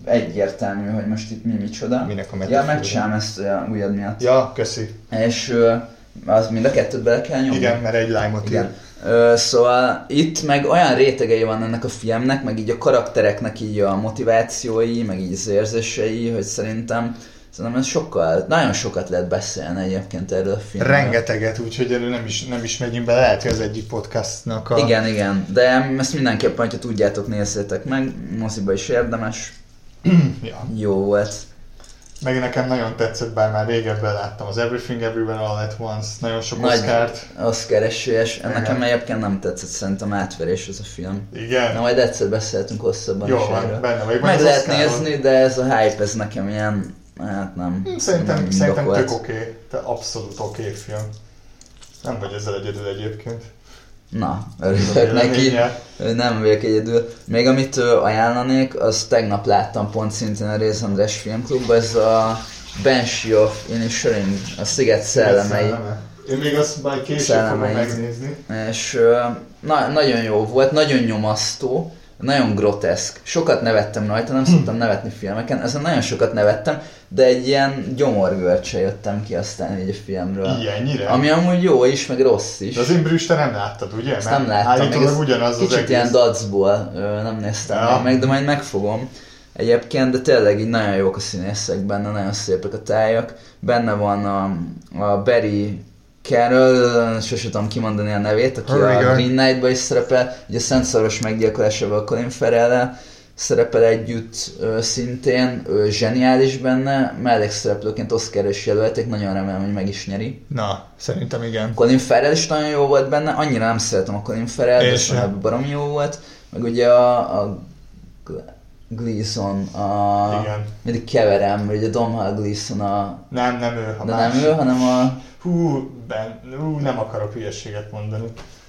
egyértelmű, hogy most itt mi micsoda. Minek a Ja, metafora? megcsinálom ezt a újad miatt. Ja, köszi. És ö, az mind a kettőt bele kell nyomni? Igen, mert egy lime-ot ír. Igen. Ö, szóval itt meg olyan rétegei van ennek a filmnek, meg így a karaktereknek így a motivációi, meg így az érzései, hogy szerintem Szerintem ez sokkal, nagyon sokat lehet beszélni egyébként erről a filmről. Rengeteget, úgyhogy erről nem is, nem is megyünk be, lehet, hogy az egyik podcastnak a... Igen, igen, de ezt mindenképpen, hogyha tudjátok, nézzétek meg, moziba is érdemes. ja. Jó volt. Meg nekem nagyon tetszett, bár már régebben láttam az Everything Everywhere All at Once, nagyon sok Nagy Oscart. Oscar esélyes, nekem egyébként nem tetszett, szerintem átverés ez a film. Igen. Na majd egyszer beszéltünk hosszabban Jó, is van, erről. benne vagy. Meg lehet nézni, de ez a hype, ez nekem ilyen, hát nem. Szerintem, nem szerintem tök oké, okay. Te abszolút oké okay film. Nem vagy ezzel egyedül egyébként. Na, örülök neki, nem vagyok egyedül. Még amit ajánlanék, az tegnap láttam pont szintén a Réz András filmklubban, ez a Banshee of Inisherin, a Sziget szellemei. Én még azt majd később fogom megnézni. És na, nagyon jó volt, nagyon nyomasztó, nagyon groteszk. Sokat nevettem rajta, nem szoktam nevetni filmeken, ezen nagyon sokat nevettem, de egy ilyen gyomorgörcsel jöttem ki aztán így a filmről. Ilyennyire? Ami amúgy jó is, meg rossz is. De az Imbrüst te nem láttad, ugye? Ezt nem láttam. Állítólag ugyanaz az kicsit egész. ilyen dacból nem néztem ja. meg, de majd megfogom. Egyébként, de tényleg így nagyon jók a színészek benne, nagyon szépek a tájak. Benne van a, a Barry Carroll, sosem tudom kimondani a nevét, aki Hurry a Green Knight-ban is szerepel, ugye a Szent Szoros meggyilkolásával a Colin Farrell-el szerepel együtt ö, szintén, ő zseniális benne, mellékszereplőként Oscarra is jelölték, nagyon remélem, hogy meg is nyeri. Na, szerintem igen. Colin Farrell is nagyon jó volt benne, annyira nem szeretem a Colin Farrell, de szóval baromi jó volt, meg ugye a, a Gleason, a... Igen. Mindig keverem, mert ugye Domhnall Gleason a... Nem, nem ő, ha De más. nem ő, hanem a... Hú, ben, hú, nem akarok hülyeséget mondani.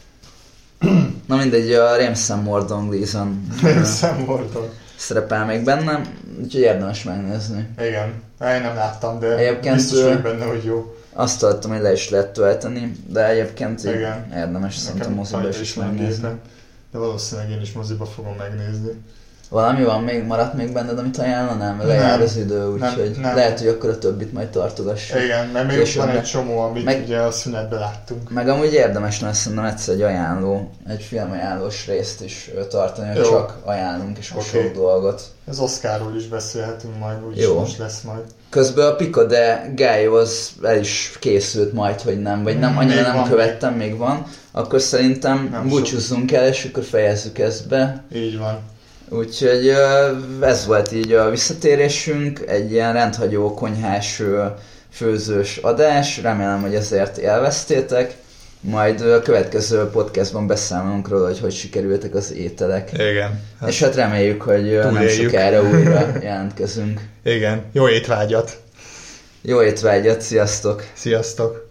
Na mindegy, a Ramsay Mordon Gleason Ramsay Mordon szerepel még benne, úgyhogy érdemes megnézni. Igen, én nem láttam, de egyébként biztos vagyok benne, hogy jó. Azt tudtam, hogy le is lehet tölteni, de egyébként igen. érdemes szerintem moziba is, is megnézni. De valószínűleg én is moziba fogom megnézni. Valami van még, maradt még benned, amit ajánlanám? Lejár az idő, úgyhogy lehet, hogy akkor a többit majd tartogassuk. Igen, mert még ott van egy csomó, amit meg, ugye a szünetben láttunk. Meg amúgy érdemes lesz szerintem egyszer egy ajánló, egy filmajánlós részt is tartani, hogy csak ajánlunk és okay. sok dolgot. Az Oscarról is beszélhetünk majd, úgyis most lesz majd. Közben a Pico de Gallo az el is készült majd, hogy nem, vagy nem, annyira még nem követtem, még van. Akkor szerintem búcsúzzunk el, és akkor fejezzük ezt be. Így van. Úgyhogy ez volt így a visszatérésünk, egy ilyen rendhagyó konyhás főzős adás, remélem, hogy ezért élveztétek, majd a következő podcastban beszámolunk róla, hogy hogy sikerültek az ételek. Igen. Hát és hát reméljük, hogy túléljük. Nem sokára újra jelentkezünk. Igen, jó étvágyat! Jó étvágyat, sziasztok! Sziasztok!